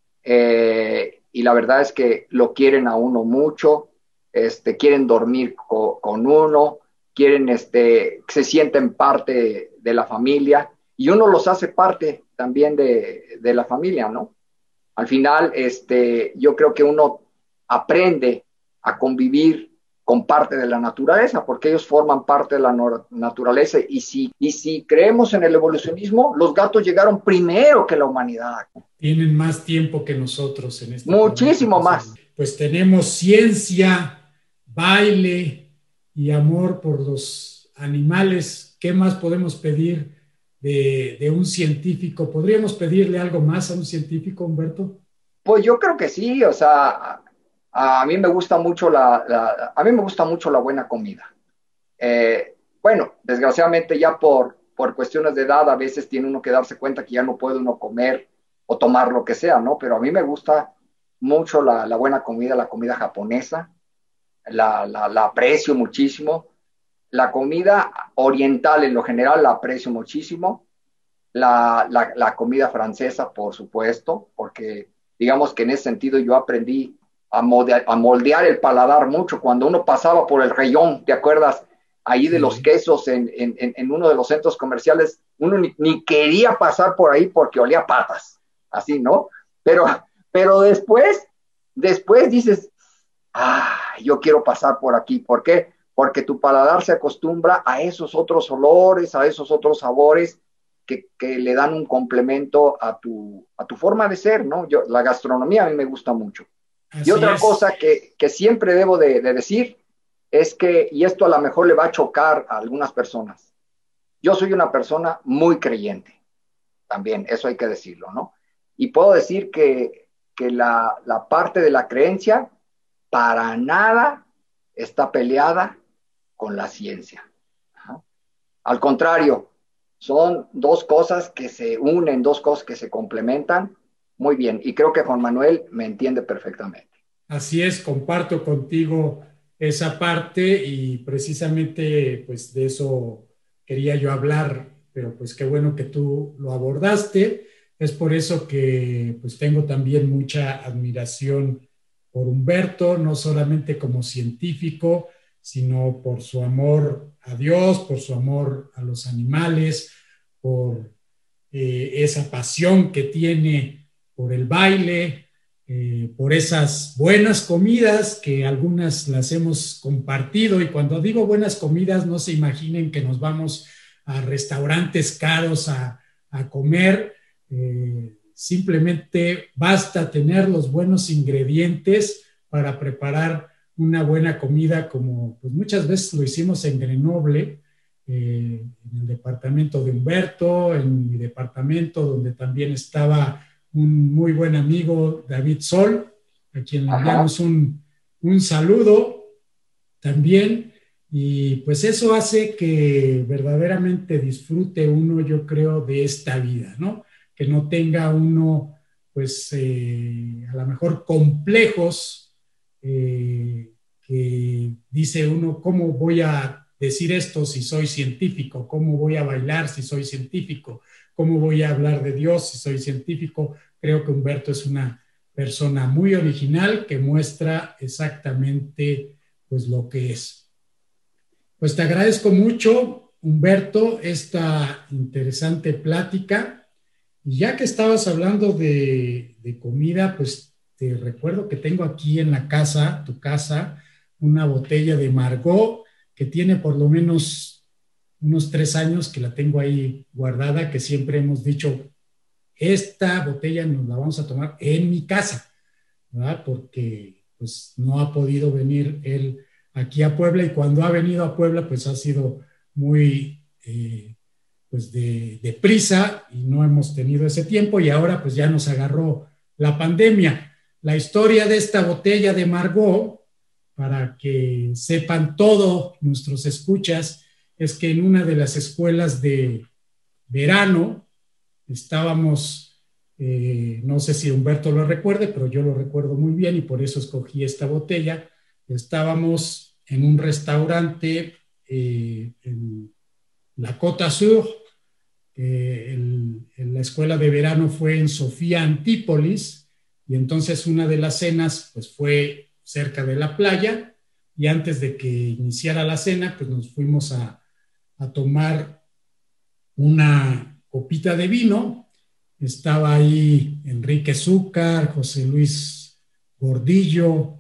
A: y la verdad es que lo quieren a uno mucho, quieren dormir con uno, quieren, se sienten parte de la familia, y uno los hace parte también de la familia, ¿no? Al final, yo creo que uno aprende a convivir con parte de la naturaleza, porque ellos forman parte de la naturaleza, y si creemos en el evolucionismo, los gatos llegaron primero que la humanidad.
B: Tienen más tiempo que nosotros en este
A: muchísimo
B: planeta.
A: Más.
B: Pues tenemos ciencia, baile y amor por los animales. ¿Qué más podemos pedir de un científico? ¿Podríamos pedirle algo más a un científico, Humberto?
A: Pues yo creo que sí, o sea, a mí me gusta mucho a mí me gusta mucho la buena comida. Bueno, desgraciadamente ya por cuestiones de edad a veces tiene uno que darse cuenta que ya no puede uno comer o tomar lo que sea, ¿no? Pero a mí me gusta mucho la buena comida, la comida japonesa, la aprecio muchísimo. La comida oriental en lo general la aprecio muchísimo. La comida francesa, por supuesto, porque digamos que en ese sentido yo aprendí a moldear el paladar mucho. Cuando uno pasaba por el rayón, ¿te acuerdas? Ahí de los quesos en uno de los centros comerciales, uno ni quería pasar por ahí porque olía patas, así, ¿no? Pero después dices, yo quiero pasar por aquí. ¿Por qué? Porque tu paladar se acostumbra a esos otros olores, a esos otros sabores que le dan un complemento a tu forma de ser, ¿no? La gastronomía a mí me gusta mucho.
B: Así
A: y otra
B: es.
A: cosa que siempre debo de decir es que, y esto a lo mejor le va a chocar a algunas personas, yo soy una persona muy creyente, también, eso hay que decirlo, ¿no? Y puedo decir que la parte de la creencia para nada está peleada con la ciencia. Ajá. Al contrario, son dos cosas que se unen, dos cosas que se complementan muy bien. Y creo que Juan Manuel me entiende perfectamente.
B: Así es, comparto contigo esa parte y precisamente pues de eso quería yo hablar, pero pues qué bueno que tú lo abordaste. Es por eso que pues tengo también mucha admiración por Humberto, no solamente como científico, sino por su amor a Dios, por su amor a los animales, por esa pasión que tiene por el baile, por esas buenas comidas que algunas las hemos compartido. Y cuando digo buenas comidas, no se imaginen que nos vamos a restaurantes caros a comer. Simplemente basta tener los buenos ingredientes para preparar una buena comida, como pues muchas veces lo hicimos en Grenoble, en el departamento de Humberto, en mi departamento donde también estaba un muy buen amigo, David Sol, a quien le enviamos un saludo también. Y pues eso hace que verdaderamente disfrute uno, yo creo, de esta vida, ¿no? Que no tenga uno, pues, a lo mejor complejos, que dice uno, ¿cómo voy a decir esto si soy científico? ¿Cómo voy a bailar si soy científico? ¿Cómo voy a hablar de Dios si soy científico? Creo que Humberto es una persona muy original que muestra exactamente pues lo que es. Pues te agradezco mucho, Humberto, esta interesante plática. Y ya que estabas hablando de comida, pues te recuerdo que tengo aquí en la casa, tu casa, una botella de Margot que tiene por lo menos unos 3 años que la tengo ahí guardada, que siempre hemos dicho, esta botella nos la vamos a tomar en mi casa, ¿verdad? Porque pues no ha podido venir él aquí a Puebla, y cuando ha venido a Puebla pues ha sido muy pues de prisa y no hemos tenido ese tiempo, y ahora pues ya nos agarró la pandemia. la historia de esta botella de Margaux, para que sepan todo nuestros escuchas, es que en una de las escuelas de verano estábamos, no sé si Humberto lo recuerde, pero yo lo recuerdo muy bien y por eso escogí esta botella. Estábamos en un restaurante en la Côte d'Azur. La escuela de verano fue en Sofía, Antípolis, y entonces una de las cenas pues fue cerca de la playa, y antes de que iniciara la cena pues nos fuimos a tomar una copita de vino. Estaba ahí Enrique Zúcar, José Luis Gordillo,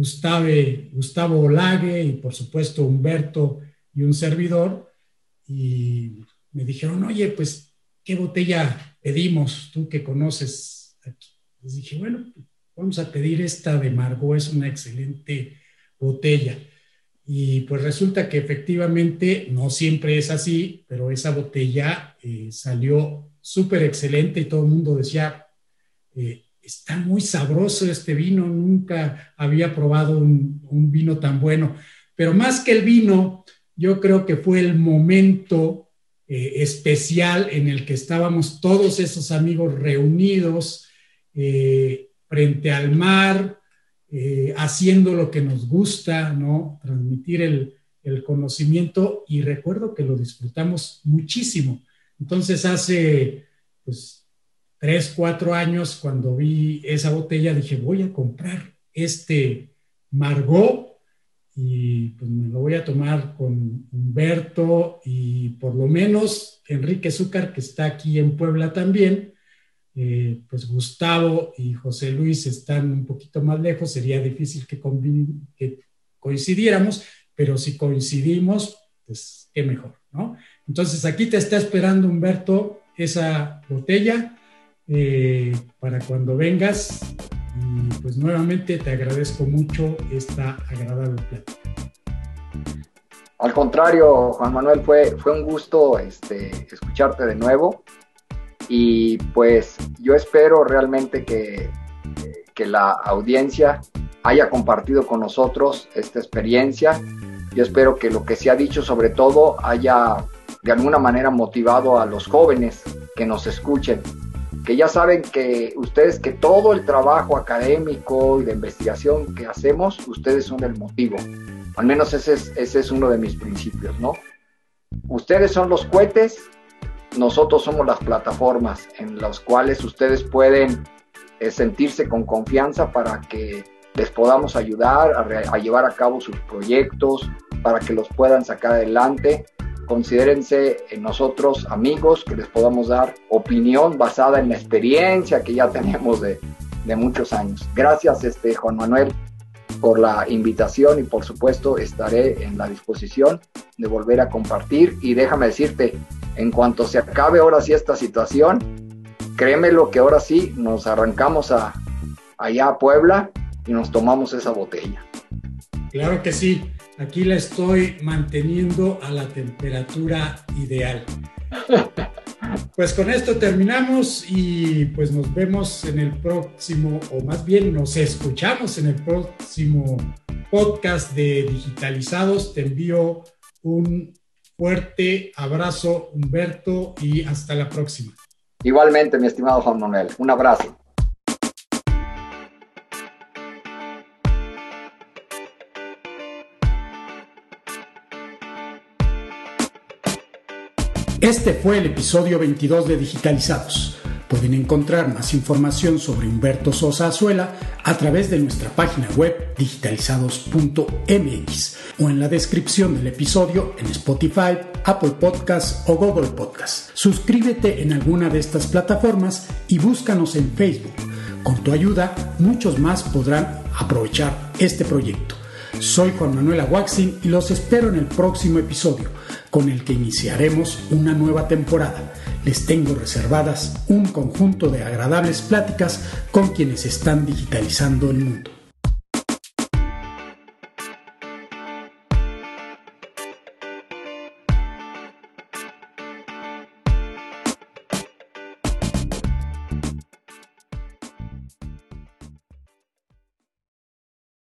B: Gustavo Olague y por supuesto Humberto y un servidor, y me dijeron, oye, pues, ¿qué botella pedimos? Tú que conoces aquí. Les dije, bueno, vamos a pedir esta de Margaux, es una excelente botella. Y pues resulta que efectivamente no siempre es así, pero esa botella salió súper excelente y todo el mundo decía, está muy sabroso este vino, nunca había probado un vino tan bueno. Pero más que el vino, yo creo que fue el momento especial en el que estábamos todos esos amigos reunidos frente al mar, haciendo lo que nos gusta, ¿no? Transmitir el conocimiento, y recuerdo que lo disfrutamos muchísimo. Entonces hace pues 3, 4 años, cuando vi esa botella, dije, voy a comprar este Margaux y pues me lo voy a tomar con Humberto y por lo menos Enrique Zúcar, que está aquí en Puebla también. Pues Gustavo y José Luis están un poquito más lejos, sería difícil que coincidiéramos, pero si coincidimos, pues qué mejor, ¿no? Entonces aquí te está esperando, Humberto, esa botella para cuando vengas, y pues nuevamente te agradezco mucho esta agradable plática.
A: Al contrario, Juan Manuel, fue un gusto escucharte de nuevo. Y pues yo espero realmente que la audiencia haya compartido con nosotros esta experiencia. Yo espero que lo que se ha dicho sobre todo haya de alguna manera motivado a los jóvenes que nos escuchen, que ya saben que ustedes, que todo el trabajo académico y de investigación que hacemos, ustedes son el motivo. Al menos ese es uno de mis principios, ¿no? Ustedes son los cohetes. Nosotros somos las plataformas en las cuales ustedes pueden sentirse con confianza para que les podamos ayudar a llevar a cabo sus proyectos, para que los puedan sacar adelante. Considérense en nosotros amigos que les podamos dar opinión basada en la experiencia que ya tenemos de muchos años. Gracias, Juan Manuel, por la invitación, y por supuesto estaré en la disposición de volver a compartir. Y déjame decirte, en cuanto se acabe ahora sí esta situación, créemelo que ahora sí nos arrancamos allá a Puebla y nos tomamos esa botella.
B: Claro que sí, aquí la estoy manteniendo a la temperatura ideal. Pues con esto terminamos y pues nos vemos en el próximo, o más bien nos escuchamos en el próximo podcast de Digitalizados. Te envío un fuerte abrazo, Humberto, y hasta la próxima.
A: Igualmente, mi estimado Juan Manuel, un abrazo.
B: Este fue el episodio 22 de Digitalizados. Pueden encontrar más información sobre Humberto Sosa Azuela a través de nuestra página web digitalizados.mx o en la descripción del episodio en Spotify, Apple Podcasts o Google Podcasts. Suscríbete en alguna de estas plataformas y búscanos en Facebook. Con tu ayuda, muchos más podrán aprovechar este proyecto. Soy Juan Manuel Aguaxin y los espero en el próximo episodio, con el que iniciaremos una nueva temporada. Les tengo reservadas un conjunto de agradables pláticas con quienes están digitalizando el mundo.